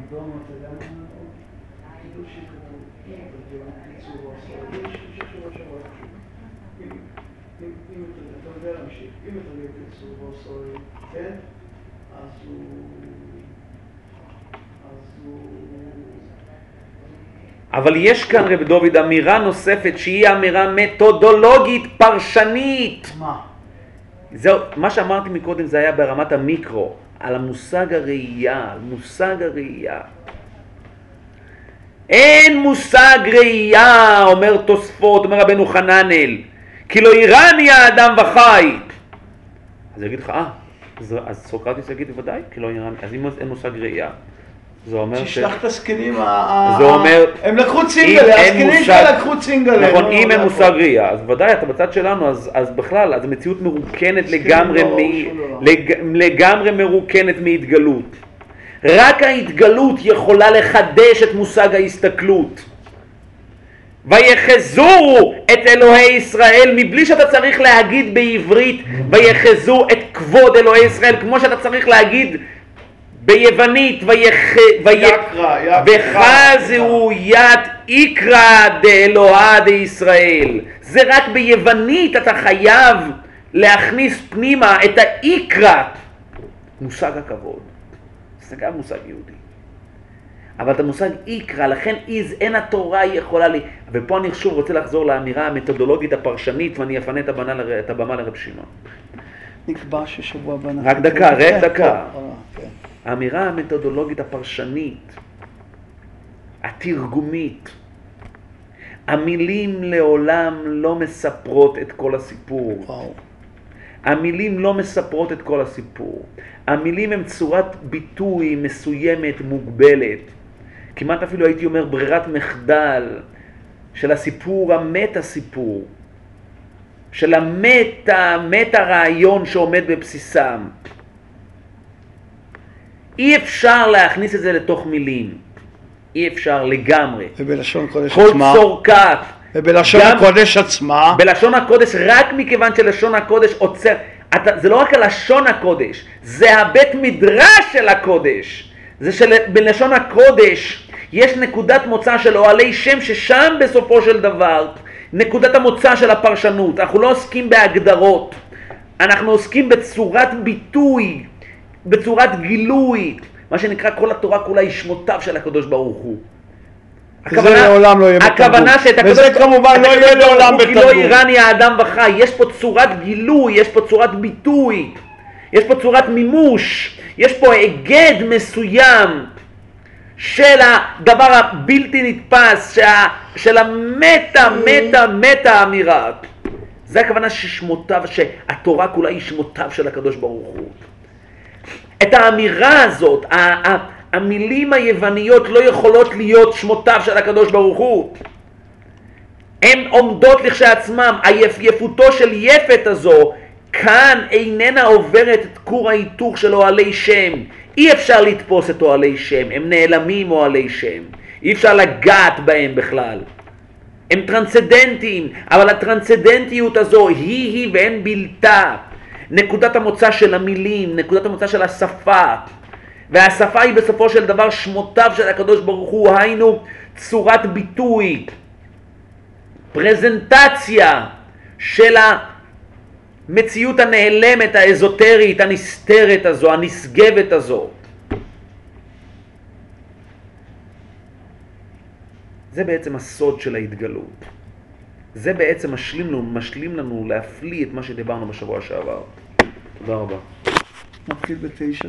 אבל יש כאן רב דוד אמירה נוספת שהיא אמירה מתודולוגית פרשנית. מה שאמרתי מקודם זה היה ברמת המיקרו, על המושג הראייה, אין מושג ראייה, אומר תוספות, אומר רבנו חננאל, כי לא יראני האדם וחי. אז יגיד לך, אז סוקרטס יגיד בוודאי, כי לא יראני, אז אם אין מושג ראייה, זה אומר תשלח את הסקנים, זה אומר... הם לקחו צינגלה, הסקנים שלה לקחו צינגלה. נכון, אם אין מושג ראייה, אז ודאי, אתה בצד שלנו, אז בכלל, אז המציאות מרוקנת לגמרי מרוקנת מהתגלות. רק ההתגלות יכולה לחדש את מושג ההסתכלות. ויחזו את אלוהי ישראל, מבלי שאתה צריך להגיד בעברית ויחזו את כבוד אלוהי ישראל, כמו שאתה צריך להגיד ביוונית וחזו יד איקרא דאלוהה דישראל. זה רק ביוונית אתה חייב להכניס פנימה את האיקרא, מושג הכבוד. זה גם מושג יהודי, אבל את המושג איקרא, לכן אין התורה יכולה לי. ופה אני שוב רוצה לחזור לאמירה המתודולוגית הפרשנית, ואני אפנה את הבמה לרב שמעון. נקבע ששבוע הבא... רק דקה. האמירה המתודולוגית הפרשנית, התרגומית, המילים לעולם לא מספרות את כל הסיפור. וואו. המילים לא מספרות את כל הסיפור. המילים הם צורת ביטוי מסוימת, מוגבלת. כמעט אפילו הייתי אומר ברירת מחדל של הסיפור, הסיפור. של הרעיון שעומד בבסיסם. אי אפשר להכניס את זה לתוך מילים. אי אפשר לגמרי. ובלשון קודש כל עצמה. צורכת. ובלשון הקודש עצמה. בלשון הקודש, רק מכיוון שלשון הקודש עוצר. זה לא רק הלשון הקודש, זה הבית מדרש של הקודש. זה שבלשון הקודש יש נקודת מוצא של אוהלי שם, ששם בסופו של דבר נקודת המוצא של הפרשנות. אנחנו לא עוסקים בהגדרות, אנחנו עוסקים בצורת ביטוי, בצורת גילוי, מה שנקרא כל התורה כולה היא שמותיו של הקדוש ברוך הוא. זה לעולם לא יהיה בתרגום. הכוונה שאת וזה כמובן לא יהיה לעולם בתרגום. כי לא איראני האדם וחי, יש פה צורת גילוי, יש פה צורת ביטוי, יש פה צורת מימוש, יש פה היגד מסוים של הדבר הבלתי נתפס, של המטה אמירה. זה הכוונה ששמותיו, שהתורה כולה היא שמותיו של הקדוש ברוך הוא. את האמירה הזאת, המילים היווניות לא יכולות להיות שמותיו של הקדוש ברוך הוא. הן עומדות לכשעצמם. היפותו של יפת הזו כאן איננה עוברת את כור ההיתוך של אוהלי שם. אי אפשר לתפוס את אוהלי שם, הם נעלמים אוהלי שם. אי אפשר לגעת בהם בכלל. הם טרנסדנטיים, אבל הטרנסדנטיות הזו היא ואין בלתה. נקודת המוצא של המילים, נקודת המוצא של השפה. והשפה היא בסופו של דבר שמותיו של הקדוש ברוך הוא, היינו צורת ביטוי, פרזנטציה של המציאות הנעלמת, האזוטרית, הנסתרת הזו, הנשגבת הזו. זה בעצם הסוד של ההתגלות. זה בעצם משלים לנו להפליא את מה שדיברנו בשבוע שעבר. תודה רבה. נתחיל ב9.